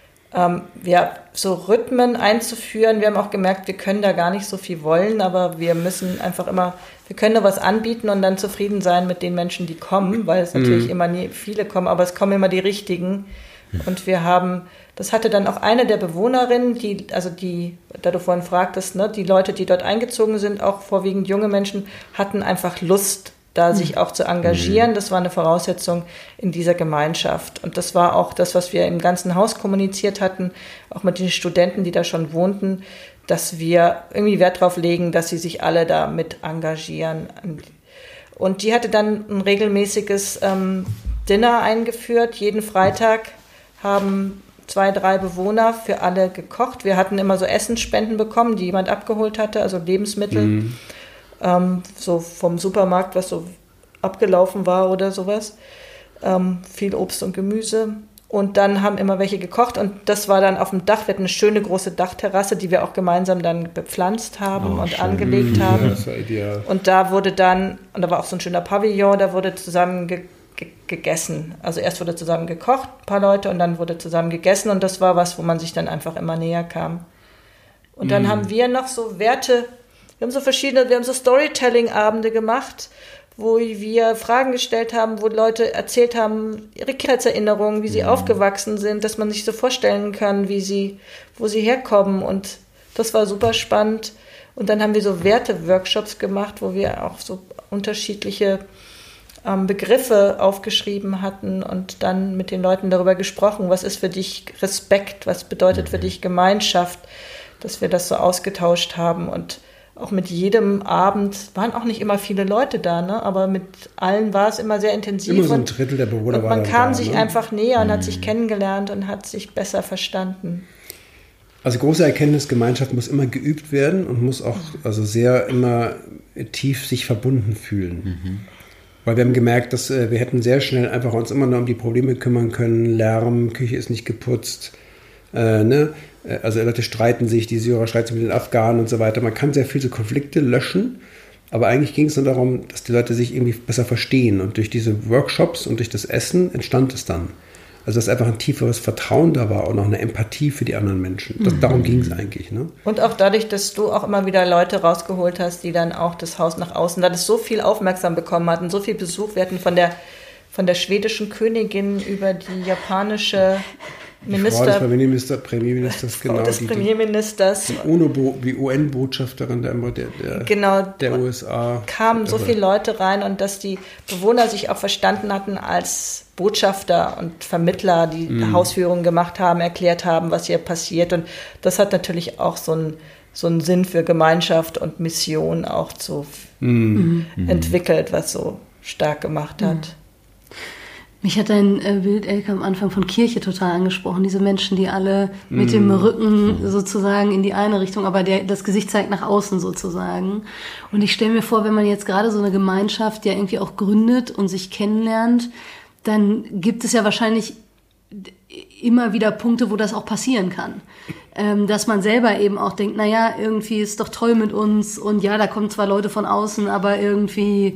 So Rhythmen einzuführen. Wir haben auch gemerkt, wir können da gar nicht so viel wollen, aber wir müssen einfach wir können da was anbieten und dann zufrieden sein mit den Menschen, die kommen, weil es natürlich immer nie viele kommen, aber es kommen immer die richtigen. Und das hatte dann auch eine der Bewohnerinnen, da du vorhin fragtest, ne, die Leute, die dort eingezogen sind, auch vorwiegend junge Menschen, hatten einfach Lust, da sich auch zu engagieren. Das war eine Voraussetzung in dieser Gemeinschaft. Und das war auch das, was wir im ganzen Haus kommuniziert hatten, auch mit den Studenten, die da schon wohnten, dass wir irgendwie Wert drauf legen, dass sie sich alle da mit engagieren. Und die hatte dann ein regelmäßiges Dinner eingeführt. Jeden Freitag haben 2, 3 Bewohner für alle gekocht. Wir hatten immer so Essensspenden bekommen, die jemand abgeholt hatte, also Lebensmittel. So vom Supermarkt, was so abgelaufen war oder sowas. Viel Obst und Gemüse. Und dann haben immer welche gekocht und das war dann auf dem Dach. Wir hatten eine schöne große Dachterrasse, die wir auch gemeinsam dann bepflanzt haben und schön. angelegt haben. Ja, das war ideal. Und da wurde dann, und da war auch so ein schöner Pavillon, da wurde zusammen gegessen. Also erst wurde zusammen gekocht, ein paar Leute, und dann wurde zusammen gegessen und das war was, wo man sich dann einfach immer näher kam. Und dann haben wir noch so Werte, wir haben so Storytelling-Abende gemacht, wo wir Fragen gestellt haben, wo Leute erzählt haben, ihre Kindheitserinnerungen, wie sie aufgewachsen sind, dass man sich so vorstellen kann, wo sie herkommen. Und das war super spannend. Und dann haben wir so Werte-Workshops gemacht, wo wir auch so unterschiedliche Begriffe aufgeschrieben hatten und dann mit den Leuten darüber gesprochen, was ist für dich Respekt, was bedeutet für dich Gemeinschaft, dass wir das so ausgetauscht haben. Und auch mit jedem Abend waren auch nicht immer viele Leute da, ne? Aber mit allen war es immer sehr intensiv. Immer so ein Drittel der Bewohner und war man dann kam da, sich ne? einfach näher und hat sich kennengelernt und hat sich besser verstanden. Also große Erkenntnis, Gemeinschaft muss immer geübt werden und muss auch also sehr immer tief sich verbunden fühlen. Weil wir haben gemerkt, dass wir hätten sehr schnell einfach uns immer nur um die Probleme kümmern können. Lärm, Küche ist nicht geputzt, ne? Also Leute streiten sich, die Syrer streiten sich mit den Afghanen und so weiter. Man kann sehr viele Konflikte löschen, aber eigentlich ging es nur darum, dass die Leute sich irgendwie besser verstehen. Und durch diese Workshops und durch das Essen entstand es dann. Also dass einfach ein tieferes Vertrauen da war und auch eine Empathie für die anderen Menschen. Darum ging es eigentlich. Ne? Und auch dadurch, dass du auch immer wieder Leute rausgeholt hast, die dann auch das Haus nach außen, da das so viel aufmerksam bekommen hatten, so viel Besuch. Wir hatten von der schwedischen Königin über die japanische Frau des Premierministers, genau. Des Premierministers. Die UN-Botschafterin der USA. Kamen so viele Leute rein und dass die Bewohner sich auch verstanden hatten als Botschafter und Vermittler, die Hausführungen gemacht haben, erklärt haben, was hier passiert. Und das hat natürlich auch so einen Sinn für Gemeinschaft und Mission auch so entwickelt, was so stark gemacht hat. Mich hat dein Bild, Elke, am Anfang von Kirche total angesprochen. Diese Menschen, die alle mit dem Rücken sozusagen in die eine Richtung, aber das Gesicht zeigt nach außen sozusagen. Und ich stelle mir vor, wenn man jetzt gerade so eine Gemeinschaft ja irgendwie auch gründet und sich kennenlernt, dann gibt es ja wahrscheinlich immer wieder Punkte, wo das auch passieren kann. Dass man selber eben auch denkt, naja, irgendwie ist doch toll mit uns und ja, da kommen zwar Leute von außen, aber irgendwie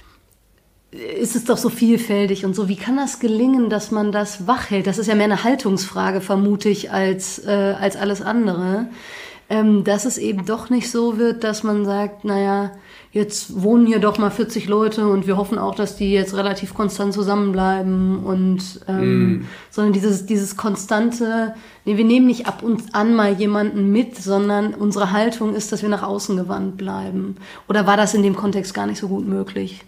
ist es doch so vielfältig und so. Wie kann das gelingen, dass man das wach hält? Das ist ja mehr eine Haltungsfrage, vermute ich, als alles andere. Dass es eben doch nicht so wird, dass man sagt, naja, jetzt wohnen hier doch mal 40 Leute und wir hoffen auch, dass die jetzt relativ konstant zusammenbleiben und sondern dieses konstante, nee, wir nehmen nicht ab und an mal jemanden mit, sondern unsere Haltung ist, dass wir nach außen gewandt bleiben. Oder war das in dem Kontext gar nicht so gut möglich?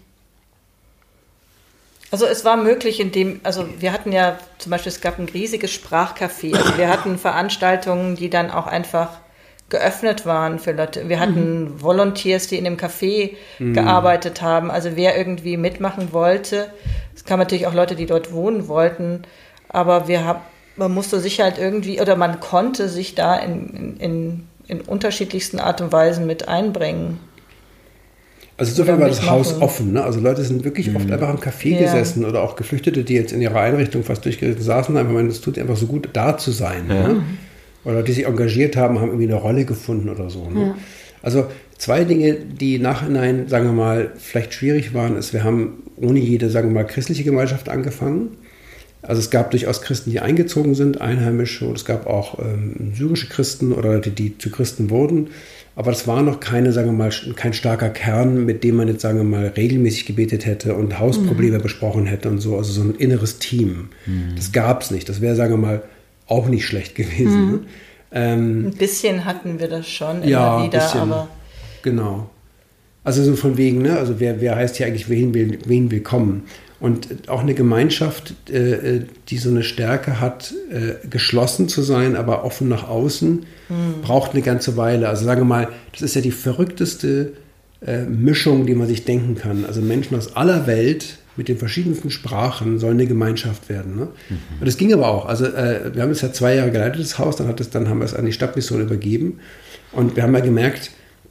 Also es war möglich, also wir hatten ja zum Beispiel, es gab ein riesiges Sprachcafé. Also wir hatten Veranstaltungen, die dann auch einfach geöffnet waren für Leute. Wir hatten Volunteers, die in dem Café gearbeitet haben. Also wer irgendwie mitmachen wollte, es kamen natürlich auch Leute, die dort wohnen wollten, aber man musste sich halt irgendwie, oder man konnte sich da in unterschiedlichsten Art und Weisen mit einbringen. Also insofern war das Haus offen. Ne? Also Leute sind wirklich oft einfach am Café gesessen oder auch Geflüchtete, die jetzt in ihrer Einrichtung fast durchgeritten saßen, einfach weil es tut einfach so gut, da zu sein. Ja. Ne? Oder die sich engagiert haben, haben irgendwie eine Rolle gefunden oder so. Ne? Ja. Also 2 Dinge, die nachhinein, sagen wir mal, vielleicht schwierig waren, ist, wir haben ohne jede, sagen wir mal, christliche Gemeinschaft angefangen. Also es gab durchaus Christen, die eingezogen sind, Einheimische, und es gab auch syrische Christen oder Leute, die zu Christen wurden. Aber das war noch kein starker Kern, mit dem man jetzt, sagen wir mal, regelmäßig gebetet hätte und Hausprobleme besprochen hätte und so. Also so ein inneres Team. Das gab es nicht. Das wäre, sagen wir mal, auch nicht schlecht gewesen. Ne? Ein bisschen hatten wir das schon immer wieder, bisschen, aber... Genau. Also so von wegen, ne? Also wer heißt hier eigentlich, wen will kommen? Und auch eine Gemeinschaft, die so eine Stärke hat, geschlossen zu sein, aber offen nach außen, braucht eine ganze Weile. Also sagen wir mal, das ist ja die verrückteste Mischung, die man sich denken kann. Also Menschen aus aller Welt mit den verschiedensten Sprachen sollen eine Gemeinschaft werden. Ne? Und das ging aber auch. Also wir haben es ja 2 Jahre geleitet, das Haus, dann haben wir es an die Stadtmission übergeben. Und wir haben ja gemerkt,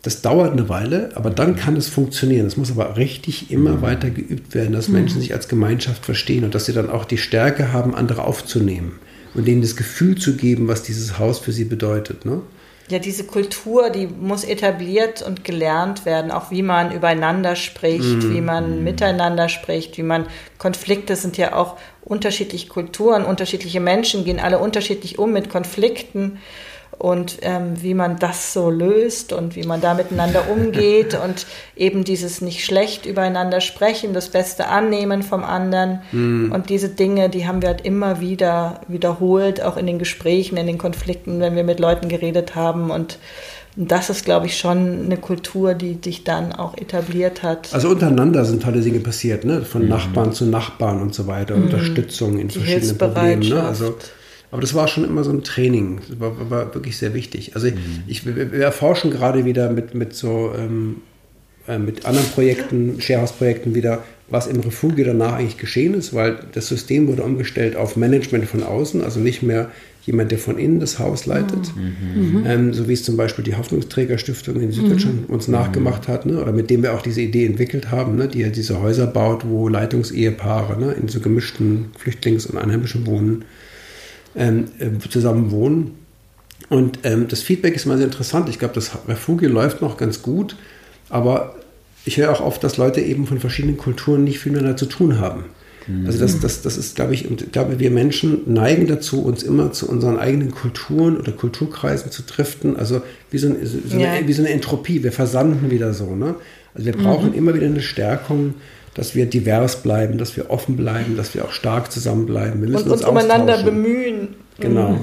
Das dauert eine Weile, aber dann kann es funktionieren. Es muss aber richtig immer weiter geübt werden, dass Menschen sich als Gemeinschaft verstehen und dass sie dann auch die Stärke haben, andere aufzunehmen und denen das Gefühl zu geben, was dieses Haus für sie bedeutet. Ne? Ja, diese Kultur, die muss etabliert und gelernt werden, auch wie man übereinander spricht, wie man miteinander spricht, wie man Konflikte sind ja auch unterschiedliche Kulturen, unterschiedliche Menschen gehen alle unterschiedlich um mit Konflikten. Und wie man das so löst und wie man da miteinander umgeht und eben dieses nicht schlecht übereinander sprechen, das Beste annehmen vom anderen. Und diese Dinge, die haben wir halt immer wieder wiederholt, auch in den Gesprächen, in den Konflikten, wenn wir mit Leuten geredet haben. Und das ist, glaube ich, schon eine Kultur, die sich dann auch etabliert hat. Also untereinander sind tolle Dinge passiert, ne? Von Nachbarn zu Nachbarn und so weiter, Unterstützung in verschiedenen Problemen. Ne? Also aber das war schon immer so ein Training, das war wirklich sehr wichtig. Also wir erforschen gerade wieder mit anderen Projekten, Sharehouse-Projekten wieder, was im Refuge danach eigentlich geschehen ist, weil das System wurde umgestellt auf Management von außen, also nicht mehr jemand, der von innen das Haus leitet, so wie es zum Beispiel die Hoffnungsträgerstiftung in Süddeutschland uns nachgemacht hat, ne? Oder mit dem wir auch diese Idee entwickelt haben, ne? Die ja diese Häuser baut, wo Leitungsehepaare, ne? In so gemischten Flüchtlings- und einheimischen Wohnen zusammen wohnen. Und das Feedback ist mal sehr interessant. Ich glaube, das Refuge läuft noch ganz gut, aber ich höre auch oft, dass Leute eben von verschiedenen Kulturen nicht viel miteinander zu tun haben. Also das ist, glaube ich, und ich glaube, wir Menschen neigen dazu, uns immer zu unseren eigenen Kulturen oder Kulturkreisen zu driften, also wie so eine Entropie, wir versanden wieder so. Ne? Also wir brauchen immer wieder eine Stärkung, dass wir divers bleiben, dass wir offen bleiben, dass wir auch stark zusammenbleiben. Wir müssen uns umeinander bemühen. Genau.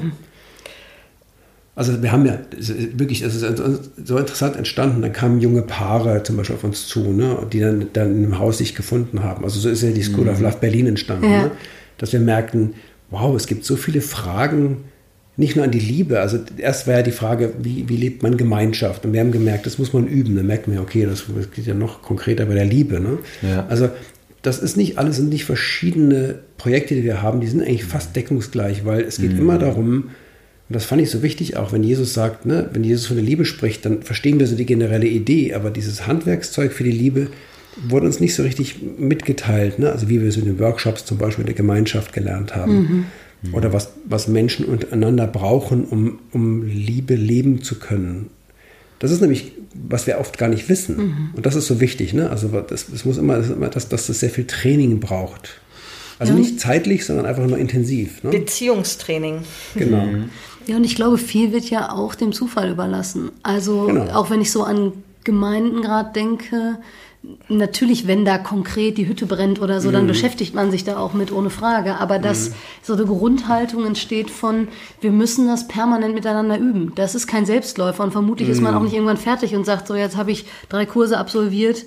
Also wir haben ja wirklich, es ist so interessant entstanden, dann kamen junge Paare zum Beispiel auf uns zu, ne, die dann im Haus sich gefunden haben. Also so ist ja die School of Love Berlin entstanden, ne, dass wir merkten, wow, es gibt so viele Fragen, nicht nur an die Liebe. Also erst war ja die Frage, wie lebt man Gemeinschaft? Und wir haben gemerkt, das muss man üben. Dann merkt man ja, okay, das geht ja noch konkreter bei der Liebe. Ne? Ja. Also das ist nicht alles, sind nicht verschiedene Projekte, die wir haben, die sind eigentlich fast deckungsgleich, weil es geht immer darum, und das fand ich so wichtig auch, wenn Jesus sagt, ne, wenn Jesus von der Liebe spricht, dann verstehen wir so die generelle Idee, aber dieses Handwerkszeug für die Liebe wurde uns nicht so richtig mitgeteilt, ne? Also wie wir es in den Workshops zum Beispiel in der Gemeinschaft gelernt haben. Oder was Menschen untereinander brauchen, um Liebe leben zu können. Das ist nämlich, was wir oft gar nicht wissen. Und das ist so wichtig. Ne? Also das muss immer, dass das sehr viel Training braucht. Also nicht zeitlich, sondern einfach nur intensiv. Ne? Beziehungstraining. Genau. Ja, und ich glaube, viel wird ja auch dem Zufall überlassen. Also auch wenn ich so an Gemeinden gerade denke, natürlich, wenn da konkret die Hütte brennt oder so, dann beschäftigt man sich da auch mit, ohne Frage. Aber dass so eine Grundhaltung entsteht von, wir müssen das permanent miteinander üben. Das ist kein Selbstläufer und vermutlich ist man auch nicht irgendwann fertig und sagt so, jetzt habe ich 3 Kurse absolviert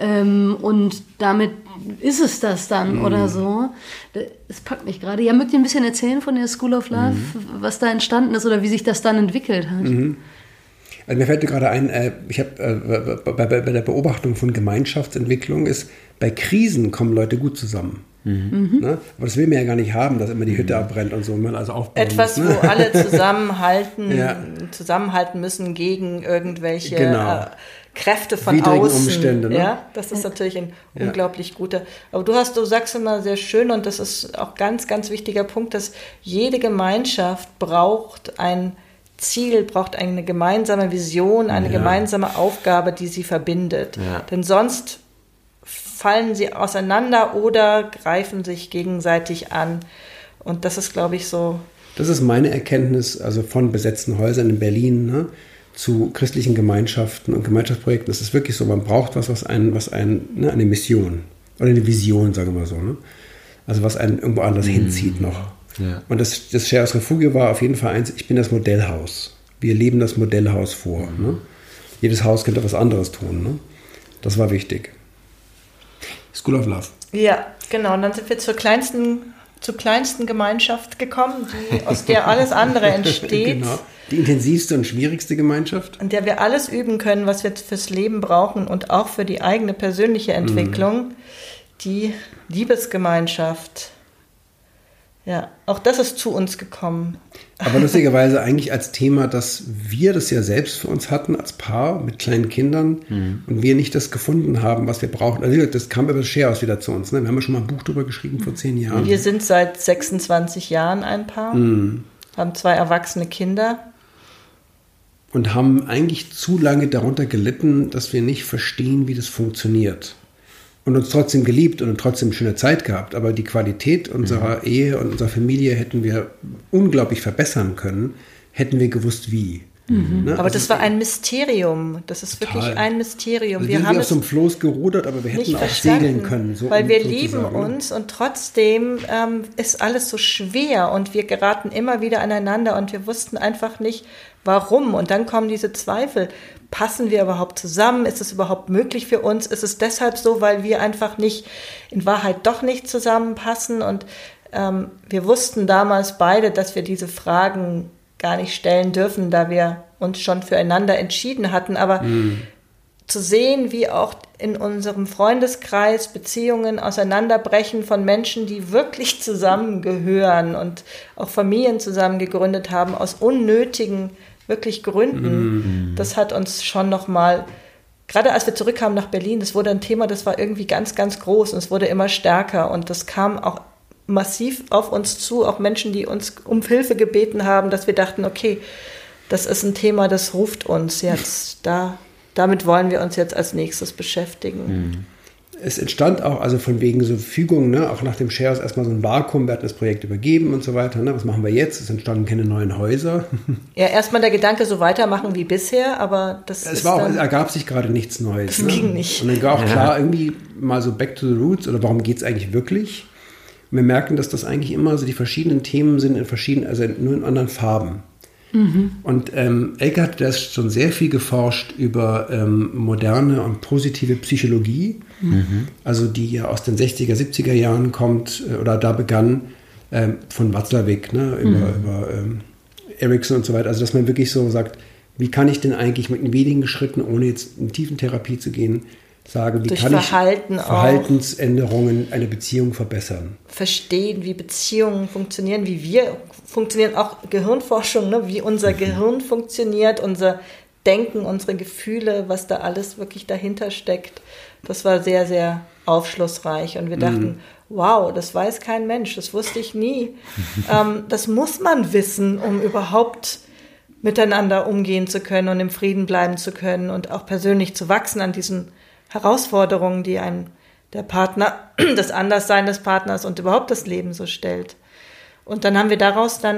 und damit ist es das dann oder so. Das packt mich gerade. Ja, mögt ihr ein bisschen erzählen von der School of Love, was da entstanden ist oder wie sich das dann entwickelt hat? Also mir fällt gerade ein, ich habe bei der Beobachtung von Gemeinschaftsentwicklung ist, bei Krisen kommen Leute gut zusammen. Ne? Aber das will man ja gar nicht haben, dass immer die Hütte abbrennt und so. Und man also aufbauen etwas, muss, ne? Wo alle zusammenhalten müssen gegen irgendwelche Kräfte von widrigen außen. Umstände. Ne? Ja, das ist natürlich ein unglaublich guter. Aber du sagst immer sehr schön, und das ist auch ganz, ganz wichtiger Punkt, dass jede Gemeinschaft braucht ein Ziel, braucht eine gemeinsame Vision, eine gemeinsame Aufgabe, die sie verbindet. Ja. Denn sonst fallen sie auseinander oder greifen sich gegenseitig an. Und das ist, glaube ich, so. Das ist meine Erkenntnis, also von besetzten Häusern in Berlin, ne, zu christlichen Gemeinschaften und Gemeinschaftsprojekten. Das ist wirklich so, man braucht eine Mission oder eine Vision, sagen wir mal so. Ne? Also was einen irgendwo anders hinzieht noch. Ja. Und das Sharehouse Refuge war auf jeden Fall eins, ich bin das Modellhaus. Wir leben das Modellhaus vor. Ne? Jedes Haus könnte was anderes tun. Ne? Das war wichtig. School of Love. Ja, genau. Und dann sind wir zur kleinsten Gemeinschaft gekommen, aus der alles andere entsteht. Genau. Die intensivste und schwierigste Gemeinschaft. In der wir alles üben können, was wir fürs Leben brauchen und auch für die eigene persönliche Entwicklung. Die Liebesgemeinschaft. Ja, auch das ist zu uns gekommen. Aber lustigerweise eigentlich als Thema, dass wir das ja selbst für uns hatten als Paar mit kleinen Kindern und wir nicht das gefunden haben, was wir brauchen. Also das kam über das Sharehouse wieder zu uns. Ne? Wir haben ja schon mal ein Buch drüber geschrieben vor 10 Jahren. Wir sind seit 26 Jahren ein Paar, haben 2 erwachsene Kinder. Und haben eigentlich zu lange darunter gelitten, dass wir nicht verstehen, wie das funktioniert. Und uns trotzdem geliebt und trotzdem eine schöne Zeit gehabt. Aber die Qualität unserer Ehe und unserer Familie hätten wir unglaublich verbessern können, hätten wir gewusst, wie. Ne? Aber das war ein Mysterium. Das ist total. wirklich ein Mysterium. Also wir haben auf so einem Floß gerudert, aber wir hätten auch segeln können. So weil wir lieben uns und trotzdem ist alles so schwer und wir geraten immer wieder aneinander und wir wussten einfach nicht, warum. Und dann kommen diese Zweifel. Passen wir überhaupt zusammen? Ist es überhaupt möglich für uns? Ist es deshalb so, weil wir einfach nicht, in Wahrheit doch nicht zusammenpassen? Und wir wussten damals beide, dass wir diese Fragen gar nicht stellen dürfen, da wir uns schon füreinander entschieden hatten. Aber zu sehen, wie auch in unserem Freundeskreis Beziehungen auseinanderbrechen von Menschen, die wirklich zusammengehören und auch Familien zusammen gegründet haben, aus unnötigen wirklich Gründen, das hat uns schon nochmal, gerade als wir zurückkamen nach Berlin, das wurde ein Thema, das war irgendwie ganz, ganz groß und es wurde immer stärker und das kam auch massiv auf uns zu, auch Menschen, die uns um Hilfe gebeten haben, dass wir dachten, okay, das ist ein Thema, das ruft uns jetzt, damit wollen wir uns jetzt als nächstes beschäftigen. Es entstand auch, also von wegen so Fügung, ne, auch nach dem Sharehouse erstmal so ein Vakuum, wir hatten das Projekt übergeben und so weiter. Ne, was machen wir jetzt? Es entstanden keine neuen Häuser. Ja, erstmal der Gedanke, so weitermachen wie bisher, aber das es ergab sich gerade nichts Neues. Das ging nicht. Und dann war auch klar, irgendwie mal so back to the roots oder warum geht es eigentlich wirklich? Und wir merken, dass das eigentlich immer so die verschiedenen Themen sind, also nur in anderen Farben. Und Elke hat das schon sehr viel geforscht über moderne und positive Psychologie, also die ja aus den 60er, 70er Jahren kommt oder da begann von Watzlawick, ne, über Erikson und so weiter. Also dass man wirklich so sagt, wie kann ich denn eigentlich mit wenigen Schritten, ohne jetzt in Tiefentherapie zu gehen, sagen, wie durch kann Verhalten ich Verhaltensänderungen einer Beziehung verbessern. Verstehen, wie Beziehungen funktionieren, wie wir funktionieren, auch Gehirnforschung, ne? Wie unser Gehirn funktioniert, unser Denken, unsere Gefühle, was da alles wirklich dahinter steckt. Das war sehr, sehr aufschlussreich und wir dachten, wow, das weiß kein Mensch, das wusste ich nie. Das muss man wissen, um überhaupt miteinander umgehen zu können und im Frieden bleiben zu können und auch persönlich zu wachsen an diesen Herausforderungen, die einem der Partner, das Anderssein des Partners und überhaupt das Leben so stellt. Und dann haben wir daraus dann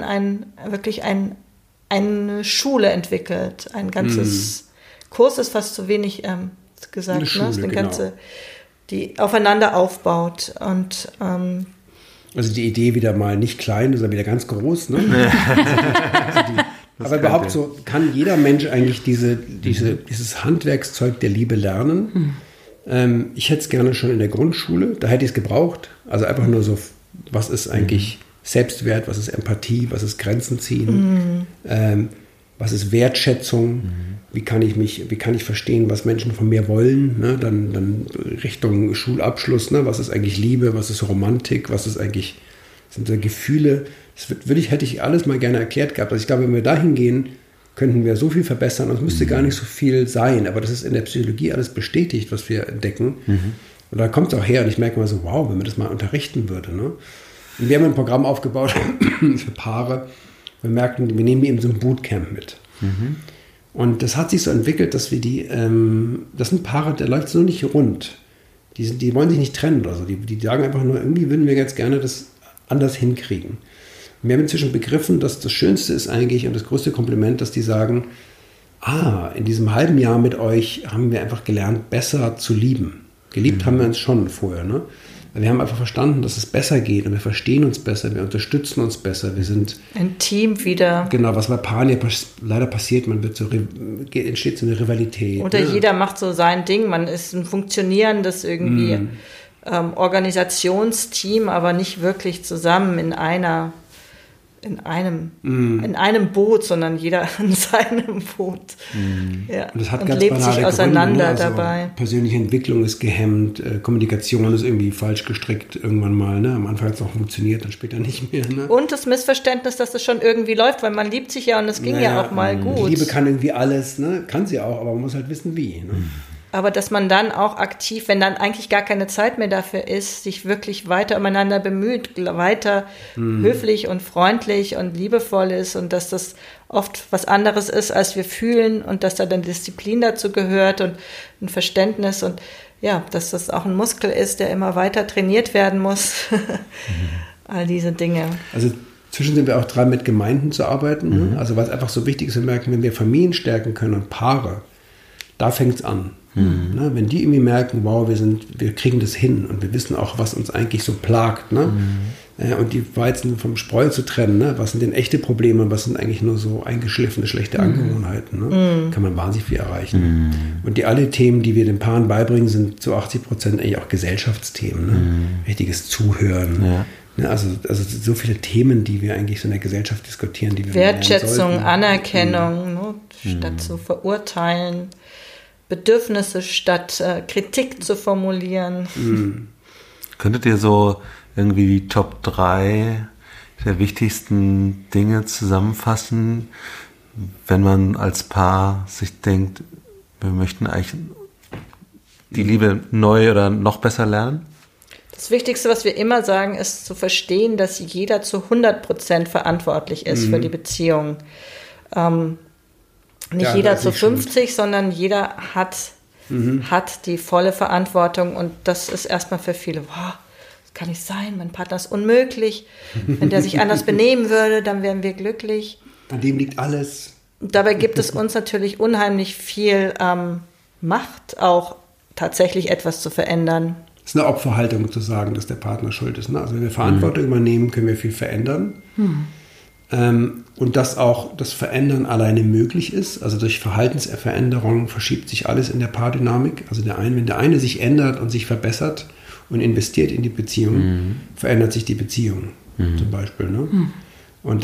eine Schule entwickelt. Ein ganzes Kurs ist fast zu wenig gesagt, eine Schule, ne? Genau. Die aufeinander aufbaut. Und also die Idee wieder mal nicht klein, sondern wieder ganz groß. Ne? Aber überhaupt so kann jeder Mensch eigentlich dieses Handwerkszeug der Liebe lernen. Ich hätte es gerne schon in der Grundschule, da hätte ich es gebraucht. Also einfach nur so, was ist eigentlich Selbstwert, was ist Empathie, was ist Grenzen ziehen, was ist Wertschätzung, wie kann ich verstehen, was Menschen von mir wollen, ne? Dann Richtung Schulabschluss, ne? Was ist eigentlich Liebe, was ist Romantik, was ist eigentlich, sind so Gefühle. Das hätte ich alles mal gerne erklärt gehabt. Also ich glaube, wenn wir dahin gehen, könnten wir so viel verbessern und es müsste gar nicht so viel sein, aber das ist in der Psychologie alles bestätigt, was wir entdecken. Und da kommt es auch her und ich merke mal so, wow, wenn man das mal unterrichten würde. Ne? Und wir haben ein Programm aufgebaut für Paare. Wir merkten, wir nehmen die eben so ein Bootcamp mit. Und das hat sich so entwickelt, dass wir das sind Paare, da läuft es nur nicht rund. Die wollen sich nicht trennen oder so. Die sagen einfach nur, irgendwie würden wir jetzt gerne das anders hinkriegen. Wir haben inzwischen begriffen, dass das Schönste ist eigentlich und das größte Kompliment, dass die sagen, in diesem halben Jahr mit euch haben wir einfach gelernt, besser zu lieben. Geliebt haben wir uns schon vorher, ne? Wir haben einfach verstanden, dass es besser geht und wir verstehen uns besser, wir unterstützen uns besser, wir sind ein Team wieder. Genau, was bei Paaren ja leider passiert, entsteht so eine Rivalität. Oder jeder macht so sein Ding, man ist ein funktionierendes irgendwie Organisationsteam, aber nicht wirklich zusammen in einer in einem Boot, sondern jeder in seinem Boot. Ja. Und das hat und ganz lebt sich auseinander Gründe, ne? dabei. Persönliche Entwicklung ist gehemmt, Kommunikation ist irgendwie falsch gestrickt irgendwann mal. Ne? Am Anfang hat es noch funktioniert, dann später nicht mehr. Ne? Und das Missverständnis, dass das schon irgendwie läuft, weil man liebt sich ja und es ging ja auch mal gut. Liebe kann irgendwie alles, ne? Kann sie auch, aber man muss halt wissen, wie. Ne? Aber dass man dann auch aktiv, wenn dann eigentlich gar keine Zeit mehr dafür ist, sich wirklich weiter umeinander bemüht, weiter höflich und freundlich und liebevoll ist und dass das oft was anderes ist, als wir fühlen und dass da dann Disziplin dazu gehört und ein Verständnis und ja, dass das auch ein Muskel ist, der immer weiter trainiert werden muss. All diese Dinge. Also zwischen sind wir auch dran, mit Gemeinden zu arbeiten. Ne? Also was einfach so wichtig ist, wir merken, wenn wir Familien stärken können und Paare, da fängt es an. Ne? Wenn die irgendwie merken, wow, wir kriegen das hin und wir wissen auch, was uns eigentlich so plagt. Ne? Und die Weizen vom Spreu zu trennen, ne? Was sind denn echte Probleme und was sind eigentlich nur so eingeschliffene, schlechte Angewohnheiten. Ne? Kann man wahnsinnig viel erreichen. Und alle Themen, die wir den Paaren beibringen, sind zu 80% eigentlich auch Gesellschaftsthemen. Ne? Richtiges Zuhören. Ja. Ne? Also so viele Themen, die wir eigentlich so in der Gesellschaft diskutieren. Die wir Wertschätzung, Anerkennung, ne? Statt zu verurteilen. Bedürfnisse statt Kritik zu formulieren. Könntet ihr so irgendwie die Top 3 der wichtigsten Dinge zusammenfassen, wenn man als Paar sich denkt, wir möchten eigentlich die Liebe neu oder noch besser lernen? Das Wichtigste, was wir immer sagen, ist zu verstehen, dass jeder zu 100% verantwortlich ist für die Beziehung. Nicht jeder zu 50, sondern jeder hat die volle Verantwortung und das ist erstmal für viele, das kann nicht sein, mein Partner ist unmöglich. Wenn der sich anders benehmen würde, dann wären wir glücklich. An dem liegt alles. Dabei gibt es uns natürlich unheimlich viel Macht, auch tatsächlich etwas zu verändern. Es ist eine Opferhaltung zu sagen, dass der Partner schuld ist. Ne? Also wenn wir Verantwortung übernehmen, können wir viel verändern. Und dass auch das Verändern alleine möglich ist. Also durch Verhaltensveränderung verschiebt sich alles in der Paardynamik. Also wenn der eine sich ändert und sich verbessert und investiert in die Beziehung, verändert sich die Beziehung zum Beispiel. Ne? Und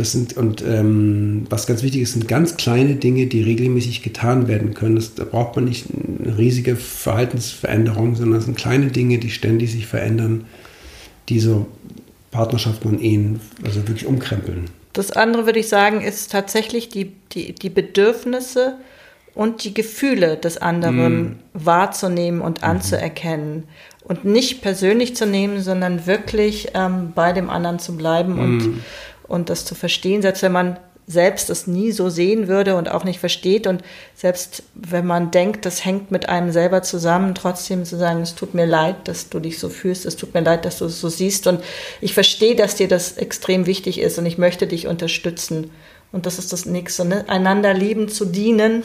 was ganz wichtig ist, sind ganz kleine Dinge, die regelmäßig getan werden können. Da braucht man nicht eine riesige Verhaltensveränderung, sondern es sind kleine Dinge, die ständig sich verändern, die so Partnerschaften und Ehen also wirklich umkrempeln. Das andere, würde ich sagen, ist tatsächlich die Bedürfnisse und die Gefühle des anderen wahrzunehmen und anzuerkennen. Und nicht persönlich zu nehmen, sondern wirklich bei dem anderen zu bleiben und das zu verstehen, selbst wenn man selbst das nie so sehen würde und auch nicht versteht und selbst wenn man denkt, das hängt mit einem selber zusammen, trotzdem zu sagen, es tut mir leid, dass du dich so fühlst, es tut mir leid, dass du es so siehst und ich verstehe, dass dir das extrem wichtig ist und ich möchte dich unterstützen und das ist das Nächste, ne? Einander lieben zu dienen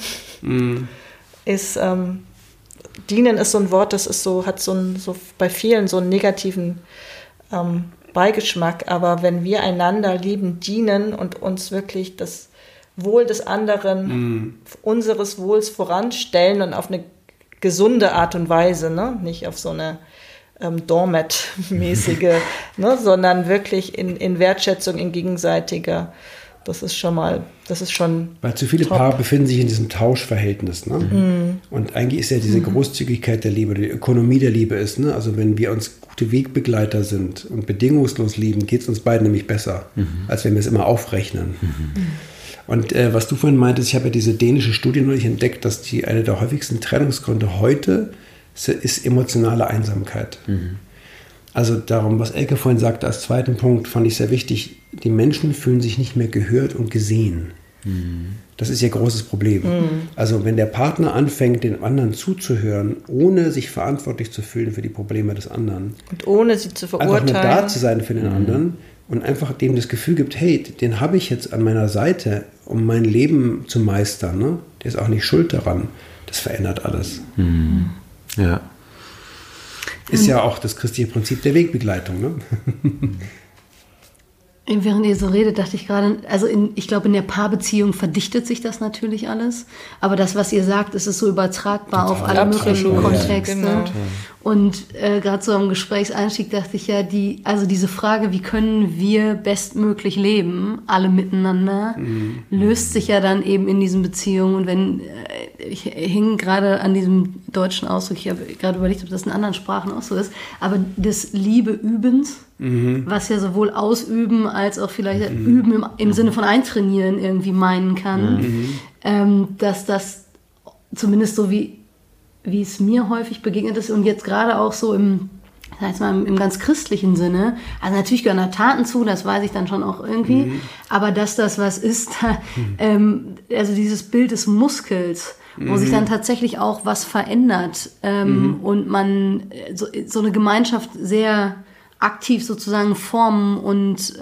ist, dienen ist so ein Wort, das ist so, hat so bei vielen so einen negativen Beigeschmack, aber wenn wir einander lieben, dienen und uns wirklich das Wohl des anderen, unseres Wohls voranstellen und auf eine gesunde Art und Weise, ne? Nicht auf so eine Doormat-mäßige, ne? Sondern wirklich in Wertschätzung, in gegenseitiger, das ist schon. Weil zu viele top. Paare befinden sich in diesem Tauschverhältnis, ne? Und eigentlich ist ja diese Großzügigkeit der Liebe, die Ökonomie der Liebe ist, ne? Also wenn wir uns gute Wegbegleiter sind und bedingungslos lieben, geht es uns beiden nämlich besser, als wenn wir es immer aufrechnen. Und was du vorhin meintest, ich habe ja diese dänische Studie neulich entdeckt, dass eine der häufigsten Trennungsgründe heute ist emotionale Einsamkeit. Also darum, was Elke vorhin sagte als zweiten Punkt, fand ich sehr wichtig, die Menschen fühlen sich nicht mehr gehört und gesehen. Das ist ihr großes Problem. Also wenn der Partner anfängt, den anderen zuzuhören, ohne sich verantwortlich zu fühlen für die Probleme des anderen. Und ohne sie zu verurteilen. Einfach nur da zu sein für den anderen und einfach dem das Gefühl gibt, hey, den habe ich jetzt an meiner Seite, um mein Leben zu meistern. Ne? Der ist auch nicht schuld daran. Das verändert alles. Ja. Ist ja auch das christliche Prinzip der Wegbegleitung. Ne? Während ihr so redet, dachte ich gerade, also ich glaube, in der Paarbeziehung verdichtet sich das natürlich alles. Aber das, was ihr sagt, ist es so übertragbar auf alle möglichen Kontexte. Genau. Und gerade so am Gesprächseinstieg dachte ich ja, diese Frage, wie können wir bestmöglich leben, alle miteinander, löst sich ja dann eben in diesen Beziehungen. Und wenn, ich hing gerade an diesem deutschen Ausdruck, ich habe gerade überlegt, ob das in anderen Sprachen auch so ist, aber des Liebeübens, was ja sowohl ausüben als auch vielleicht üben im Sinne von eintrainieren irgendwie meinen kann, dass das zumindest so wie es mir häufig begegnet ist und jetzt gerade auch so im ganz christlichen Sinne, also natürlich gehören da Taten zu, das weiß ich dann schon auch irgendwie, aber dass das was ist, also dieses Bild des Muskels, wo sich dann tatsächlich auch was verändert und man so eine Gemeinschaft sehr aktiv sozusagen formen und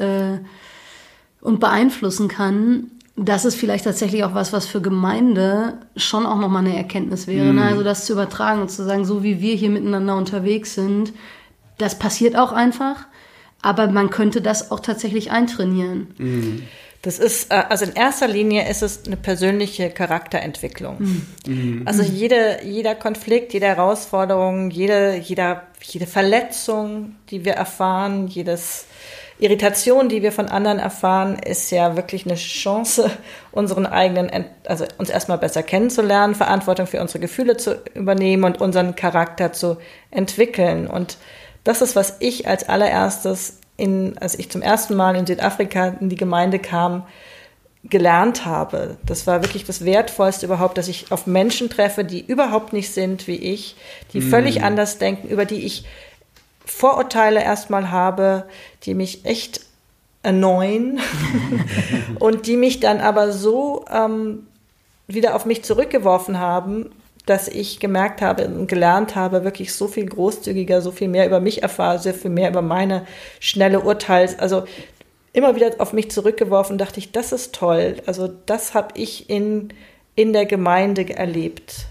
beeinflussen kann, das ist vielleicht tatsächlich auch was für Gemeinde schon auch nochmal eine Erkenntnis wäre. Ne? Also das zu übertragen und zu sagen, so wie wir hier miteinander unterwegs sind, das passiert auch einfach, aber man könnte das auch tatsächlich eintrainieren. Das ist, also in erster Linie ist es eine persönliche Charakterentwicklung. Also jeder Konflikt, jede Herausforderung, jede Verletzung, die wir erfahren, Irritation, die wir von anderen erfahren, ist ja wirklich eine Chance, uns erstmal besser kennenzulernen, Verantwortung für unsere Gefühle zu übernehmen und unseren Charakter zu entwickeln. Und das ist, was ich als allererstes, als ich zum ersten Mal in Südafrika in die Gemeinde kam, gelernt habe. Das war wirklich das Wertvollste überhaupt, dass ich auf Menschen treffe, die überhaupt nicht sind wie ich, die völlig anders denken, über die ich Vorurteile erstmal habe, die mich echt annoyen und die mich dann aber so wieder auf mich zurückgeworfen haben, dass ich gemerkt habe und gelernt habe, wirklich so viel großzügiger, so viel mehr über mich erfahre, sehr viel mehr über meine schnelle also immer wieder auf mich zurückgeworfen, dachte ich, das ist toll. Also das habe ich in der Gemeinde erlebt.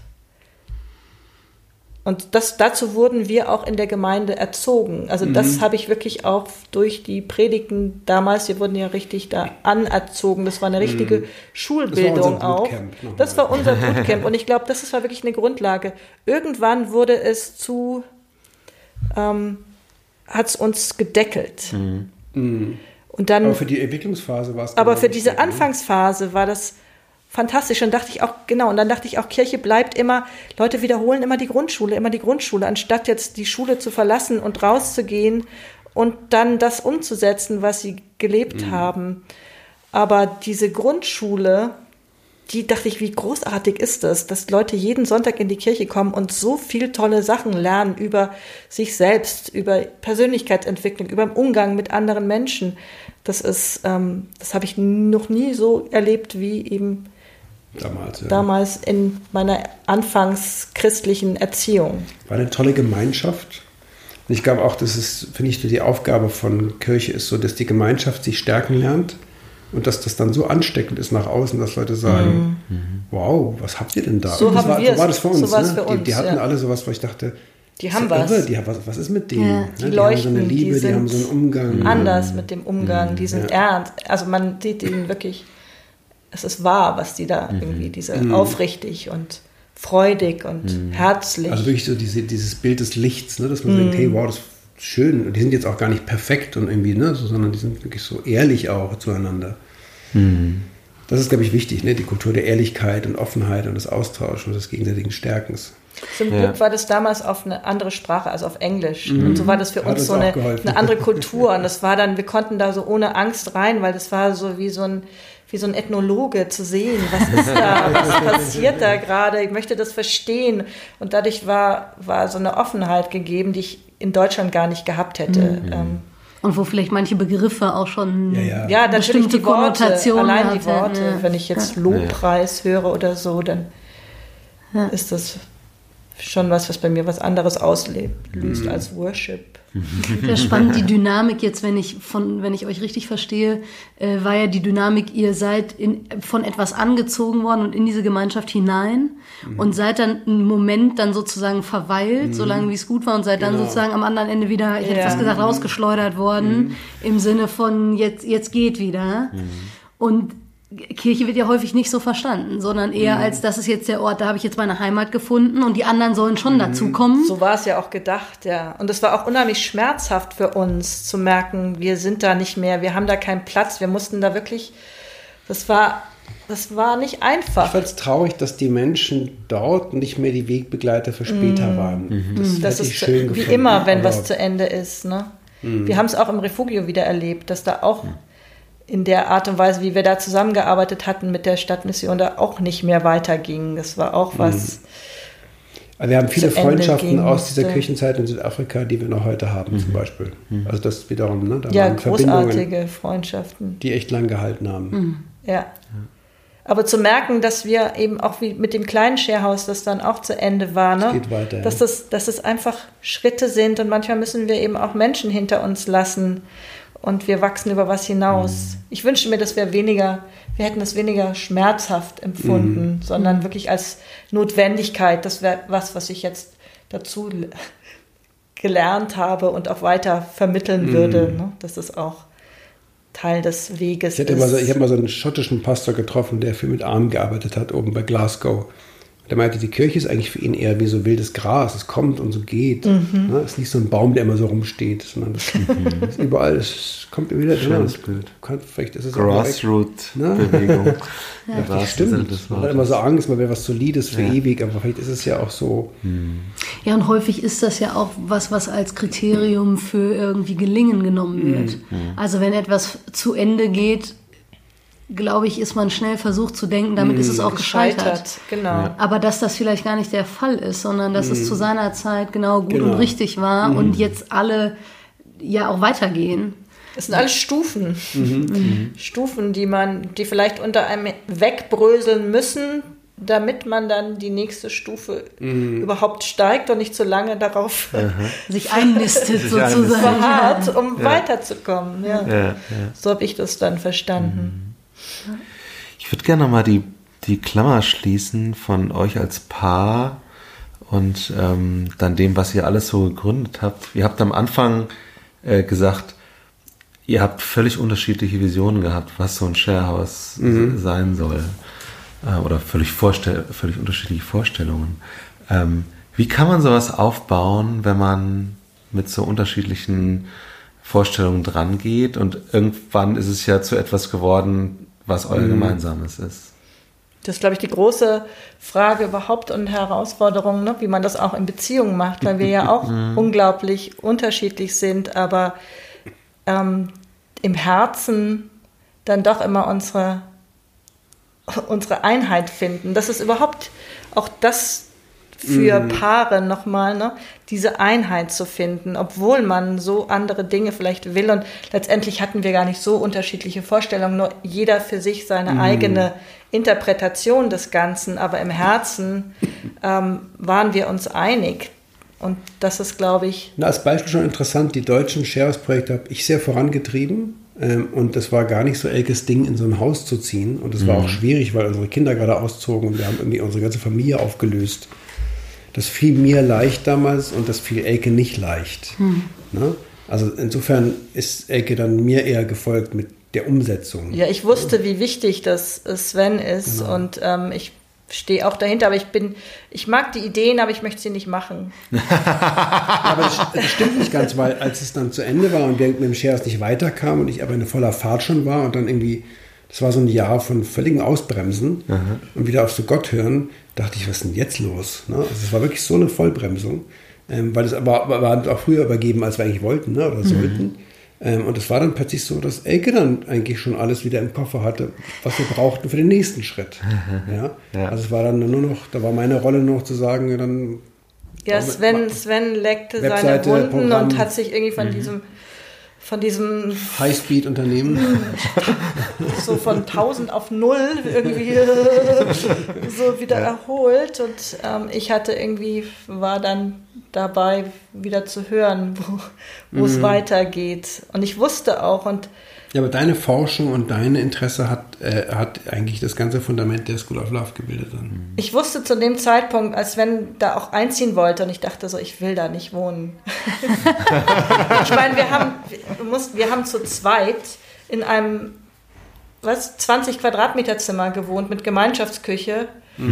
Und dazu wurden wir auch in der Gemeinde erzogen. Also das habe ich wirklich auch durch die Predigten damals, wir wurden ja richtig da anerzogen. Das war eine richtige Schulbildung auch. Das war unser Bootcamp. Und ich glaube, das war wirklich eine Grundlage. Irgendwann wurde es hat es uns gedeckelt. Und dann, aber für die Entwicklungsphase war es. Aber für diese Anfangsphase war das fantastisch. Und dachte ich auch, Kirche bleibt immer, Leute wiederholen immer die Grundschule, anstatt jetzt die Schule zu verlassen und rauszugehen und dann das umzusetzen, was sie gelebt haben. Aber diese Grundschule, die dachte ich, wie großartig ist das, dass Leute jeden Sonntag in die Kirche kommen und so viel tolle Sachen lernen über sich selbst, über Persönlichkeitsentwicklung, über den Umgang mit anderen Menschen. Das habe ich noch nie so erlebt wie eben damals in meiner anfangs christlichen Erziehung. War eine tolle Gemeinschaft. Und ich glaube auch, finde ich, die Aufgabe von Kirche ist so, dass die Gemeinschaft sich stärken lernt und dass das dann so ansteckend ist nach außen, dass Leute sagen, wow, was habt ihr denn da? So war das für uns. So war's für uns, die hatten alle sowas, wo ich dachte, die haben was. Was ist mit denen? Ja, die leuchten, haben so eine Liebe, die haben so einen Umgang. Anders mit dem Umgang, die sind ernst. Also man sieht ihnen wirklich, es ist wahr, was die da irgendwie, diese aufrichtig und freudig und herzlich. Also wirklich so dieses Bild des Lichts, ne, dass man denkt, hey, wow, das ist schön. Und die sind jetzt auch gar nicht perfekt und irgendwie, ne, sondern die sind wirklich so ehrlich auch zueinander. Das ist, glaube ich, wichtig, ne, die Kultur der Ehrlichkeit und Offenheit und des Austauschs und des gegenseitigen Stärkens. Zum Glück war das damals auf eine andere Sprache, also auf Englisch. Und so war das für uns so eine andere Kultur. Und das war dann, wir konnten da so ohne Angst rein, weil das war so wie so ein Ethnologe zu sehen. Was ist da? Was passiert da gerade? Ich möchte das verstehen. Und dadurch war so eine Offenheit gegeben, die ich in Deutschland gar nicht gehabt hätte. Und wo vielleicht manche Begriffe auch schon ja, bestimmte die Worte, allein die Worte. Wenn ich jetzt Lobpreis höre oder so, dann ist das schon was bei mir was anderes auslöst als Worship. Ja, spannend, die Dynamik jetzt, wenn ich euch richtig verstehe, war ja die Dynamik, ihr seid von etwas angezogen worden und in diese Gemeinschaft hinein und seid dann einen Moment dann sozusagen verweilt, solange wie es gut war und seid dann sozusagen am anderen Ende wieder, ich hätte fast gesagt, rausgeschleudert worden, im Sinne von jetzt geht wieder. Und Kirche wird ja häufig nicht so verstanden, sondern eher als, das ist jetzt der Ort, da habe ich jetzt meine Heimat gefunden und die anderen sollen schon dazukommen. So war es ja auch gedacht, ja. Und es war auch unheimlich schmerzhaft für uns zu merken, wir sind da nicht mehr, wir haben da keinen Platz, wir mussten da wirklich, das war nicht einfach. Ich fand es traurig, dass die Menschen dort nicht mehr die Wegbegleiter für später waren. Das ist schön wie gefunden, immer, wenn was zu Ende ist. Ne? Wir haben es auch im Refugio wieder erlebt, dass da auch in der Art und Weise, wie wir da zusammengearbeitet hatten mit der Stadtmission, da auch nicht mehr weiterging. Das war auch was. Also wir haben viele Freundschaften aus dieser Kirchenzeit in Südafrika, die wir noch heute haben, zum Beispiel. Also das wiederum, ne? Da waren großartige Freundschaften, die echt lang gehalten haben. Ja. Aber zu merken, dass wir eben auch wie mit dem kleinen Sharehouse, das dann auch zu Ende war, ne? Geht weiter, dass es einfach Schritte sind und manchmal müssen wir eben auch Menschen hinter uns lassen. Und wir wachsen über was hinaus. Ich wünschte mir, wir hätten das weniger schmerzhaft empfunden, sondern wirklich als Notwendigkeit. Das wäre was ich jetzt dazu gelernt habe und auch weiter vermitteln würde. Ne? Das ist auch Teil des Weges. Ich habe mal so einen schottischen Pastor getroffen, der viel mit Armen gearbeitet hat, oben bei Glasgow. Der meinte, die Kirche ist eigentlich für ihn eher wie so wildes Gras. Es kommt und so geht. Ne? Es ist nicht so ein Baum, der immer so rumsteht, sondern das ist überall. Es kommt immer wieder drin. Bild. Vielleicht ist es Grassroot-Bewegung. Das stimmt. Man hat immer so Angst, man wäre was Solides für ewig, aber vielleicht ist es ja auch so. Ja, und häufig ist das ja auch was als Kriterium für irgendwie Gelingen genommen wird. Also wenn etwas zu Ende geht, glaube ich, ist man schnell versucht zu denken, damit ist es auch gescheitert. Genau. Ja. Aber dass das vielleicht gar nicht der Fall ist, sondern dass es zu seiner Zeit genau gut und richtig war und jetzt alle ja auch weitergehen. Das sind alles Stufen. Stufen, die vielleicht unter einem wegbröseln müssen, damit man dann die nächste Stufe überhaupt steigt und nicht so lange darauf sich einnistet sozusagen. Verharrt, um weiterzukommen. Ja. So habe ich das dann verstanden. Ich würde gerne mal die Klammer schließen von euch als Paar und dann dem, was ihr alles so gegründet habt. Ihr habt am Anfang gesagt, ihr habt völlig unterschiedliche Visionen gehabt, was so ein Sharehouse sein soll. Oder völlig unterschiedliche Vorstellungen. Wie kann man sowas aufbauen, wenn man mit so unterschiedlichen Vorstellungen dran geht und irgendwann ist es ja zu etwas geworden, was euer Gemeinsames ist? Das ist, glaube ich, die große Frage überhaupt und Herausforderung, ne? Wie man das auch in Beziehungen macht, weil wir ja auch unglaublich unterschiedlich sind, aber im Herzen dann doch immer unsere Einheit finden. Das ist überhaupt auch das für Paare nochmal, ne, diese Einheit zu finden, obwohl man so andere Dinge vielleicht will. Und letztendlich hatten wir gar nicht so unterschiedliche Vorstellungen, nur jeder für sich seine eigene Interpretation des Ganzen. Aber im Herzen waren wir uns einig. Und das ist, glaube ich... Als Beispiel schon interessant, die deutschen Sharehouse-Projekte habe ich sehr vorangetrieben. Und das war gar nicht so Elkes Ding, in so ein Haus zu ziehen. Und das war auch schwierig, weil unsere Kinder gerade auszogen und wir haben irgendwie unsere ganze Familie aufgelöst. Das fiel mir leicht damals und das fiel Elke nicht leicht. Ne? Also insofern ist Elke dann mir eher gefolgt mit der Umsetzung. Ja, ich wusste, wie wichtig das Sven ist und ich stehe auch dahinter, aber ich mag die Ideen, aber ich möchte sie nicht machen. Aber das stimmt nicht ganz, weil als es dann zu Ende war und wir mit dem Sharehouse nicht weiterkamen und ich aber in voller Fahrt schon war und dann irgendwie, das war so ein Jahr von völligem Ausbremsen und wieder auf so Gott hören, dachte ich, was ist denn jetzt los? Ne? Also es war wirklich so eine Vollbremsung, weil es aber war auch früher übergeben, als wir eigentlich wollten, ne? Oder sollten. Und es war dann plötzlich so, dass Elke dann eigentlich schon alles wieder im Koffer hatte, was wir brauchten für den nächsten Schritt. Ja? Also es war dann nur noch, da war meine Rolle noch zu sagen, dann... Ja, Sven leckte seine Wunden Programm. Und hat sich irgendwie von diesem von diesem Highspeed-Unternehmen. So von 1000 auf 0 irgendwie so wieder erholt. Und ich war dann dabei, wieder zu hören, wo es weitergeht. Und ich wusste auch. Ja, aber deine Forschung und dein Interesse hat eigentlich das ganze Fundament der School of Love gebildet. Dann. Ich wusste zu dem Zeitpunkt, als wenn da auch einziehen wollte, und ich dachte so, ich will da nicht wohnen. Ich meine, wir haben zu zweit in einem 20 Quadratmeter Zimmer gewohnt mit Gemeinschaftsküche.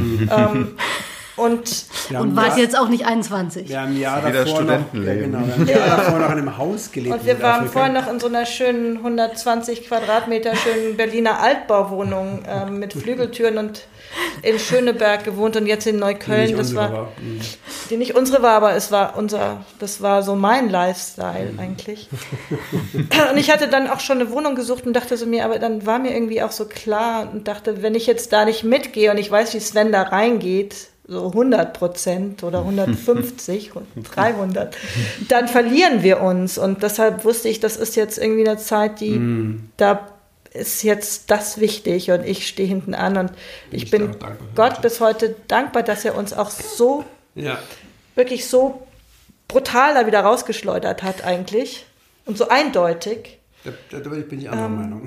Und war jetzt auch nicht 21. Wir haben ein Jahr Wieder davor Studentenleben. Davor noch in einem Haus gelebt. Und wir waren vorher noch in so einer schönen 120 Quadratmeter schönen Berliner Altbauwohnung mit Flügeltüren und in Schöneberg gewohnt und jetzt in Neukölln. Die nicht unsere war, aber das war so mein Lifestyle eigentlich. Und ich hatte dann auch schon eine Wohnung gesucht und dachte so mir, aber dann war mir irgendwie auch so klar und dachte, wenn ich jetzt da nicht mitgehe und ich weiß, wie Sven da reingeht, so 100% oder 150, 300, dann verlieren wir uns. Und deshalb wusste ich, das ist jetzt irgendwie eine Zeit, da ist jetzt das wichtig und ich stehe hinten an und ich bin Gott bis heute dankbar, dass er uns auch so, wirklich so brutal da wieder rausgeschleudert hat eigentlich und so eindeutig. Da bin ich anderer Meinung.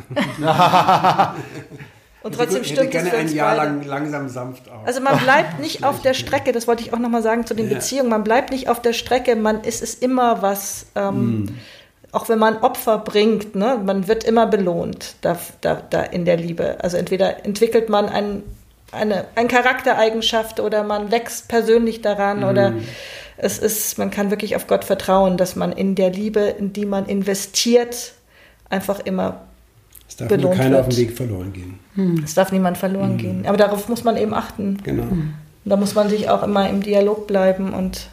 Und trotzdem stimmt es für uns ein Jahr beide. lang langsam sanft auf. Also man bleibt nicht auf der Strecke, das wollte ich auch nochmal sagen zu den Beziehungen, man bleibt nicht auf der Strecke, es ist immer was, auch wenn man Opfer bringt, ne, man wird immer belohnt da in der Liebe. Also entweder entwickelt man eine Charaktereigenschaft oder man wächst persönlich daran oder man kann wirklich auf Gott vertrauen, dass man in der Liebe, in die man investiert, einfach immer es darf nur keiner auf dem Weg verloren gehen. Es darf niemand verloren gehen. Aber darauf muss man eben achten. Genau. Und da muss man sich auch immer im Dialog bleiben und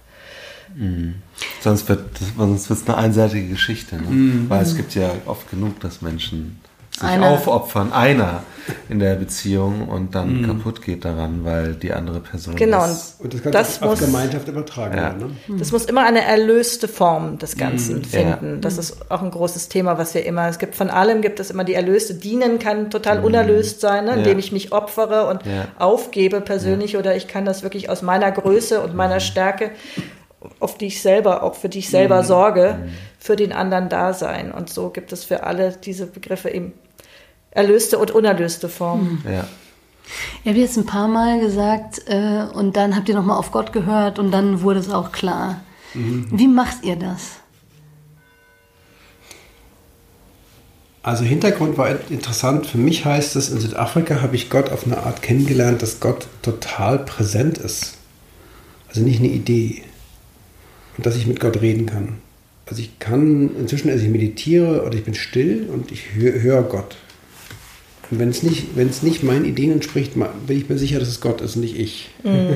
Sonst wird es eine einseitige Geschichte. Ne? Weil es gibt ja oft genug, dass Menschen sich aufopfern, einer in der Beziehung und dann kaputt geht daran, weil die andere Person genau. Und das kann auf Gemeinschaft übertragen werden. Ne? Das muss immer eine erlöste Form des Ganzen finden. Ja. Das ist auch ein großes Thema, was wir immer, von allem gibt es immer die erlöste. Dienen kann total unerlöst sein, ne? Indem ich mich opfere und aufgebe persönlich oder ich kann das wirklich aus meiner Größe und meiner Stärke, für die ich selber sorge, für den anderen da sein. Und so gibt es für alle diese Begriffe eben erlöste und unerlöste Formen. Ja. Ihr habt jetzt ein paar Mal gesagt, und dann habt ihr nochmal auf Gott gehört und dann wurde es auch klar. Wie macht ihr das? Also Hintergrund war interessant. Für mich heißt es, in Südafrika habe ich Gott auf eine Art kennengelernt, dass Gott total präsent ist. Also nicht eine Idee. Und dass ich mit Gott reden kann. Also ich kann inzwischen, also ich meditiere oder ich bin still und ich höre Gott. Und wenn es nicht meinen Ideen entspricht, bin ich mir sicher, dass es Gott ist und nicht ich.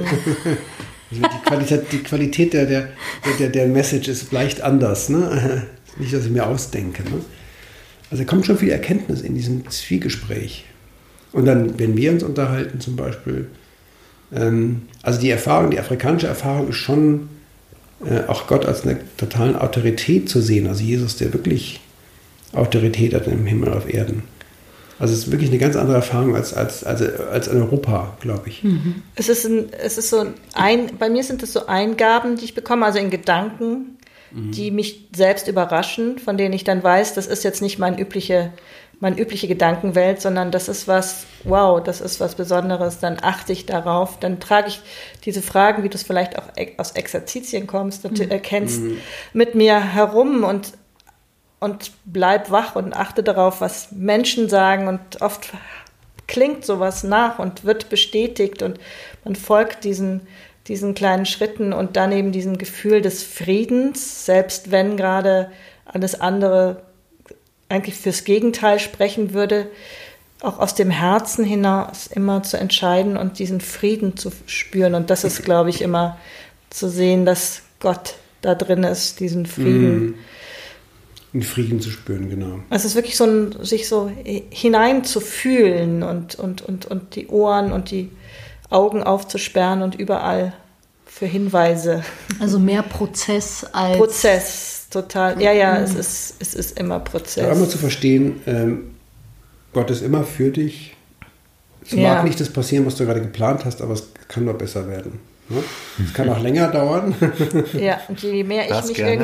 Also die Qualität der Message ist leicht anders. Ne? Nicht, dass ich mir ausdenke. Ne? Also da kommt schon viel Erkenntnis in diesem Zwiegespräch. Und dann, wenn wir uns unterhalten zum Beispiel, also die afrikanische Erfahrung ist schon auch Gott als eine totale Autorität zu sehen. Also Jesus, der wirklich Autorität hat im Himmel auf Erden. Also es ist wirklich eine ganz andere Erfahrung als in Europa, glaube ich. Es ist so bei mir sind es so Eingaben, die ich bekomme, also in Gedanken, die mich selbst überraschen, von denen ich dann weiß, das ist jetzt nicht meine übliche Gedankenwelt, sondern das ist was Besonderes, dann achte ich darauf, dann trage ich diese Fragen, wie du es vielleicht auch aus Exerzitien kennst, mit mir herum und bleib wach und achte darauf, was Menschen sagen und oft klingt sowas nach und wird bestätigt und man folgt diesen kleinen Schritten und dann eben diesem Gefühl des Friedens, selbst wenn gerade alles andere eigentlich fürs Gegenteil sprechen würde, auch aus dem Herzen hinaus immer zu entscheiden und diesen Frieden zu spüren. Und das ist, glaube ich, immer zu sehen, dass Gott da drin ist, diesen Frieden. Den Frieden zu spüren, genau. Es ist wirklich so sich so hineinzufühlen und die Ohren und die Augen aufzusperren und überall für Hinweise. Also mehr Prozess als... Prozess. ist total, es ist immer Prozess. Aber immer zu verstehen, Gott ist immer für dich. Es mag nicht das passieren, was du gerade geplant hast, aber es kann nur besser werden. Ne? Es kann auch länger dauern. Ja, und je mehr ich mich gerne.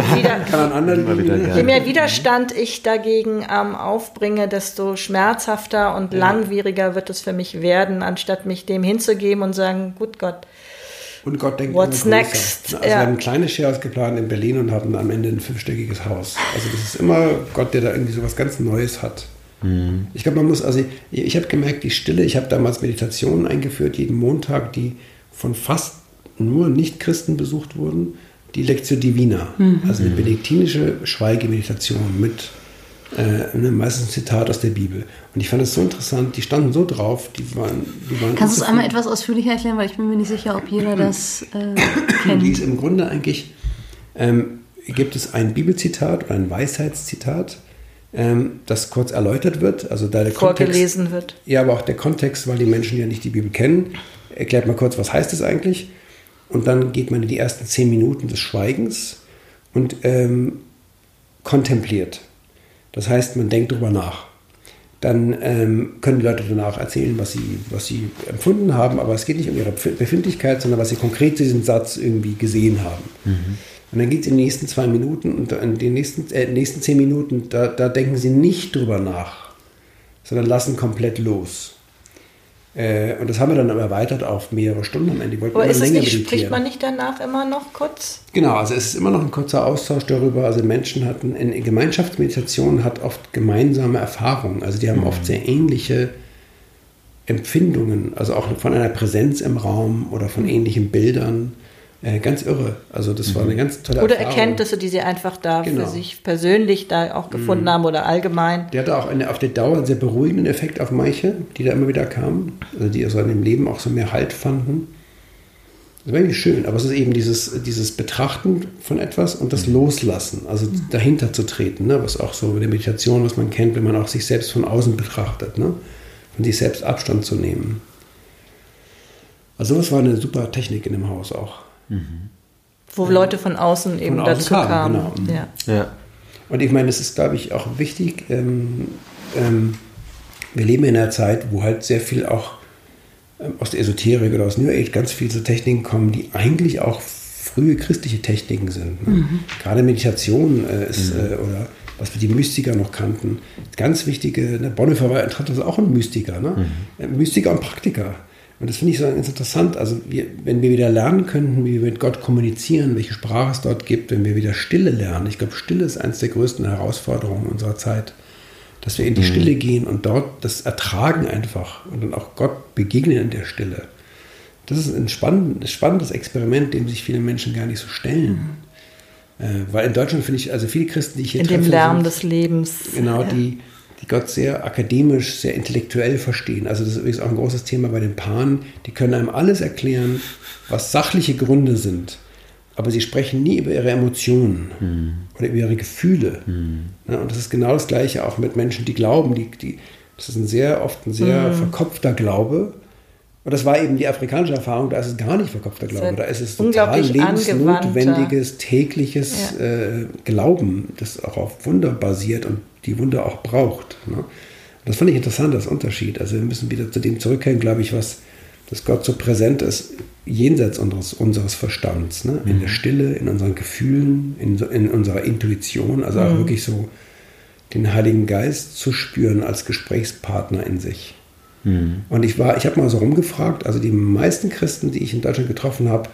je mehr Widerstand ich dagegen aufbringe, desto schmerzhafter und langwieriger wird es für mich werden, anstatt mich dem hinzugeben und sagen, gut Gott. Und Gott denkt, what's next? Also wir haben ein kleines Sharehouse geplant in Berlin und hatten am Ende ein 5-stöckiges Haus. Also das ist immer Gott, der da irgendwie so was ganz Neues hat. Ich glaube, man muss, ich habe gemerkt, die Stille, ich habe damals Meditationen eingeführt, jeden Montag, die von fast nur Nicht-Christen besucht wurden, die Lectio Divina, also eine benediktinische Schweigemeditation mit meistens ein Zitat aus der Bibel. Und ich fand das so interessant, die standen so drauf, die waren Kannst du es einmal etwas ausführlicher erklären, weil ich bin mir nicht sicher, ob jeder das kennt. Die ist im Grunde eigentlich, gibt es ein Bibelzitat oder ein Weisheitszitat, das kurz erläutert wird, also da der vorgelesen Kontext, wird. Ja, aber auch der Kontext, weil die Menschen ja nicht die Bibel kennen, erklärt mal kurz, was heißt es eigentlich? Und dann geht man in die ersten 10 Minuten des Schweigens und kontempliert. Das heißt, man denkt drüber nach. Dann können die Leute danach erzählen, was sie empfunden haben, aber es geht nicht um ihre Befindlichkeit, sondern was sie konkret zu diesem Satz irgendwie gesehen haben. Und dann geht es in den nächsten 2 Minuten und in den nächsten 10 Minuten, da denken sie nicht drüber nach, sondern lassen komplett los. Und das haben wir dann aber erweitert auf mehrere Stunden am Ende. Aber ist es nicht, spricht man nicht danach immer noch kurz? Genau, also es ist immer noch ein kurzer Austausch darüber. Also Menschen hatten, in Gemeinschaftsmeditation hat oft gemeinsame Erfahrungen. Also die haben oft sehr ähnliche Empfindungen, also auch von einer Präsenz im Raum oder von ähnlichen Bildern. Ganz irre. Also das war eine ganz tolle Oder Erfahrung. Erkenntnisse, die sie einfach da für sich persönlich da auch gefunden haben oder allgemein. Der hatte auch auf der Dauer einen sehr beruhigenden Effekt auf manche, die da immer wieder kamen. Also die also in dem Leben auch so mehr Halt fanden. Das war irgendwie schön. Aber es ist eben dieses Betrachten von etwas und das Loslassen. Also dahinter zu treten. Ne? Was auch so in der Meditation, was man kennt, wenn man auch sich selbst von außen betrachtet. Ne? Von sich selbst Abstand zu nehmen. Also das war eine super Technik in dem Haus auch. Wo Leute von außen eben dazu kamen. Genau. Ja. Und ich meine, es ist, glaube ich, auch wichtig, wir leben in einer Zeit, wo halt sehr viel auch aus der Esoterik oder aus New Age ganz viele so Techniken kommen, die eigentlich auch frühe christliche Techniken sind. Ne? Gerade Meditation oder was wir die Mystiker noch kannten. Ganz wichtige, ne? Bonhoeffer war auch ein Mystiker. Ne? Mystiker und Praktiker. Und das finde ich so ganz interessant. Also wenn wir wieder lernen könnten, wie wir mit Gott kommunizieren, welche Sprache es dort gibt, wenn wir wieder Stille lernen. Ich glaube, Stille ist eines der größten Herausforderungen unserer Zeit. Dass wir in die Stille gehen und dort das ertragen einfach und dann auch Gott begegnen in der Stille. Das ist ein spannendes Experiment, dem sich viele Menschen gar nicht so stellen. Weil in Deutschland finde ich, also viele Christen, die ich hier treffe, in dem Lärm des Lebens. Genau, die Gott sehr akademisch, sehr intellektuell verstehen. Also das ist übrigens auch ein großes Thema bei den Paaren. Die können einem alles erklären, was sachliche Gründe sind. Aber sie sprechen nie über ihre Emotionen oder über ihre Gefühle. Ja, und das ist genau das Gleiche auch mit Menschen, die glauben. Das ist oft ein sehr verkopfter Glaube. Und das war eben die afrikanische Erfahrung, da ist es gar nicht verkopfter Glaube. Da ist es total lebensnotwendiges, tägliches Glauben, das auch auf Wunder basiert und die Wunder auch braucht. Ne? Und das fand ich interessant, das Unterschied. Also wir müssen wieder zu dem zurückkehren, glaube ich, dass Gott so präsent ist, jenseits unseres Verstands. Ne? In der Stille, in unseren Gefühlen, in unserer Intuition. Also auch wirklich so den Heiligen Geist zu spüren als Gesprächspartner in sich. Und ich habe mal so rumgefragt, also die meisten Christen, die ich in Deutschland getroffen habe,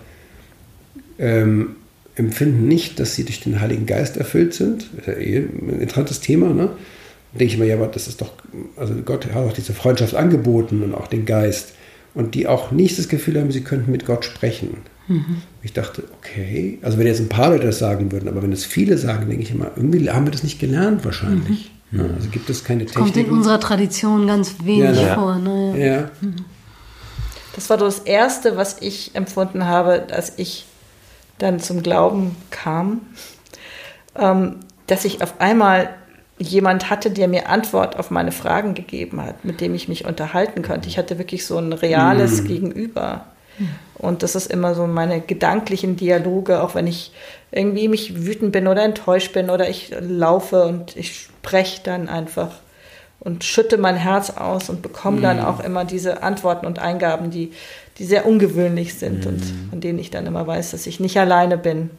empfinden nicht, dass sie durch den Heiligen Geist erfüllt sind. Das ist ja ein interessantes Thema, ne? Da denke ich mir, ja, aber das ist doch, also Gott hat auch diese Freundschaft angeboten und auch den Geist. Und die auch nicht das Gefühl haben, sie könnten mit Gott sprechen. Ich dachte, okay, also wenn jetzt ein paar Leute das sagen würden, aber wenn es viele sagen, denke ich immer, irgendwie haben wir das nicht gelernt wahrscheinlich. Ja, also gibt es keine Technik. Kommt in unserer Tradition ganz wenig vor. Ne? Ja. Das war das Erste, was ich empfunden habe, als ich dann zum Glauben kam, dass ich auf einmal jemand hatte, der mir Antwort auf meine Fragen gegeben hat, mit dem ich mich unterhalten konnte. Ich hatte wirklich so ein reales Gegenüber. Und das ist immer so meine gedanklichen Dialoge, auch wenn ich irgendwie mich wütend bin oder enttäuscht bin oder ich laufe und ich spreche dann einfach und schütte mein Herz aus und bekomme dann auch immer diese Antworten und Eingaben, die sehr ungewöhnlich sind und von denen ich dann immer weiß, dass ich nicht alleine bin.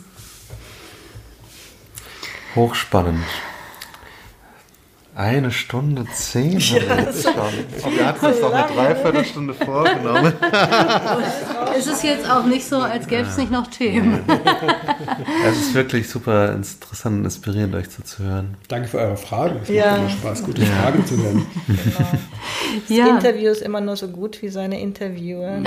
Hochspannend. 1 Stunde 10 haben wir jetzt schon. Wir hatten uns noch eine Dreiviertelstunde vorgenommen. Es ist jetzt auch nicht so, als gäbe es nicht noch Themen. Es ist wirklich super interessant und inspirierend, euch zuzuhören. Danke für eure Fragen. Es macht immer Spaß, gute Fragen zu hören. Genau. Das Interview ist immer nur so gut wie seine Interviewer.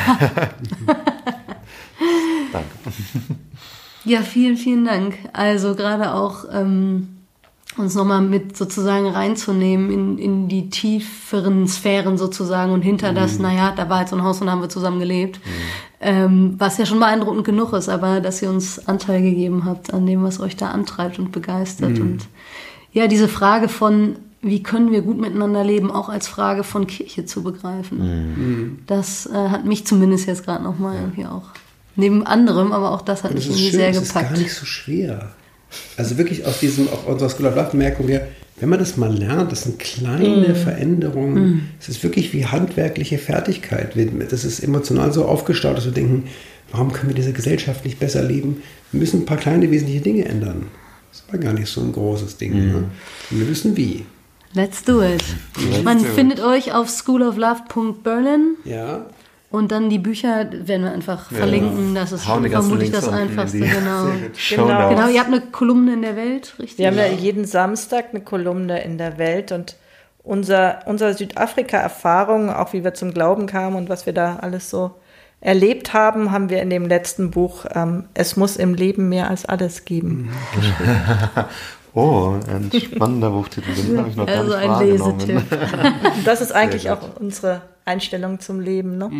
Danke. Ja, vielen, vielen Dank. Also gerade auch uns nochmal mit sozusagen reinzunehmen in die tieferen Sphären sozusagen und hinter das, naja, da war halt so ein Haus und da haben wir zusammen gelebt. Was ja schon beeindruckend genug ist, aber dass ihr uns Anteil gegeben habt an dem, was euch da antreibt und begeistert. Und ja, diese Frage von, wie können wir gut miteinander leben, auch als Frage von Kirche zu begreifen. Das hat mich zumindest jetzt gerade nochmal irgendwie auch, neben anderem, aber auch das hat mich irgendwie sehr gepackt. Das ist gar nicht so schwer. Also wirklich auf unserer School of Love merken wir, wenn man das mal lernt, das sind kleine Veränderungen. Es ist wirklich wie handwerkliche Fertigkeit. Das ist emotional so aufgestaut, dass wir denken, warum können wir diese Gesellschaft nicht besser leben? Wir müssen ein paar kleine wesentliche Dinge ändern. Das war gar nicht so ein großes Ding. Ne? Und wir wissen wie. Let's do it. Man findet euch auf schooloflove.berlin. Ja. Und dann die Bücher werden wir einfach verlinken. Das ist vermutlich das Einfachste. Genau, ihr habt eine Kolumne in der Welt, richtig? Wir haben ja jeden Samstag eine Kolumne in der Welt und unsere Südafrika-Erfahrung, auch wie wir zum Glauben kamen und was wir da alles so erlebt haben, haben wir in dem letzten Buch Es muss im Leben mehr als alles geben. Oh, ein spannender Buchtitel, den habe ich noch gar nicht wahrgenommen. Lesetipp. Das ist eigentlich auch unsere Einstellung zum Leben. Ne?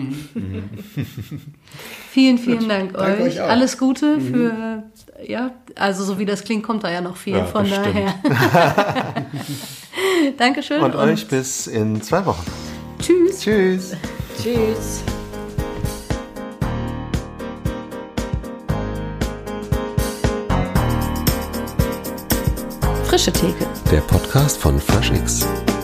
Vielen, vielen Dank euch. Auch. Alles Gute für, also so wie das klingt, kommt da ja noch viel, von daher. Dankeschön. Und euch bis in 2 Wochen. Tschüss. Tschüss. Tschüss. Frische Theke. Der Podcast von FreshX.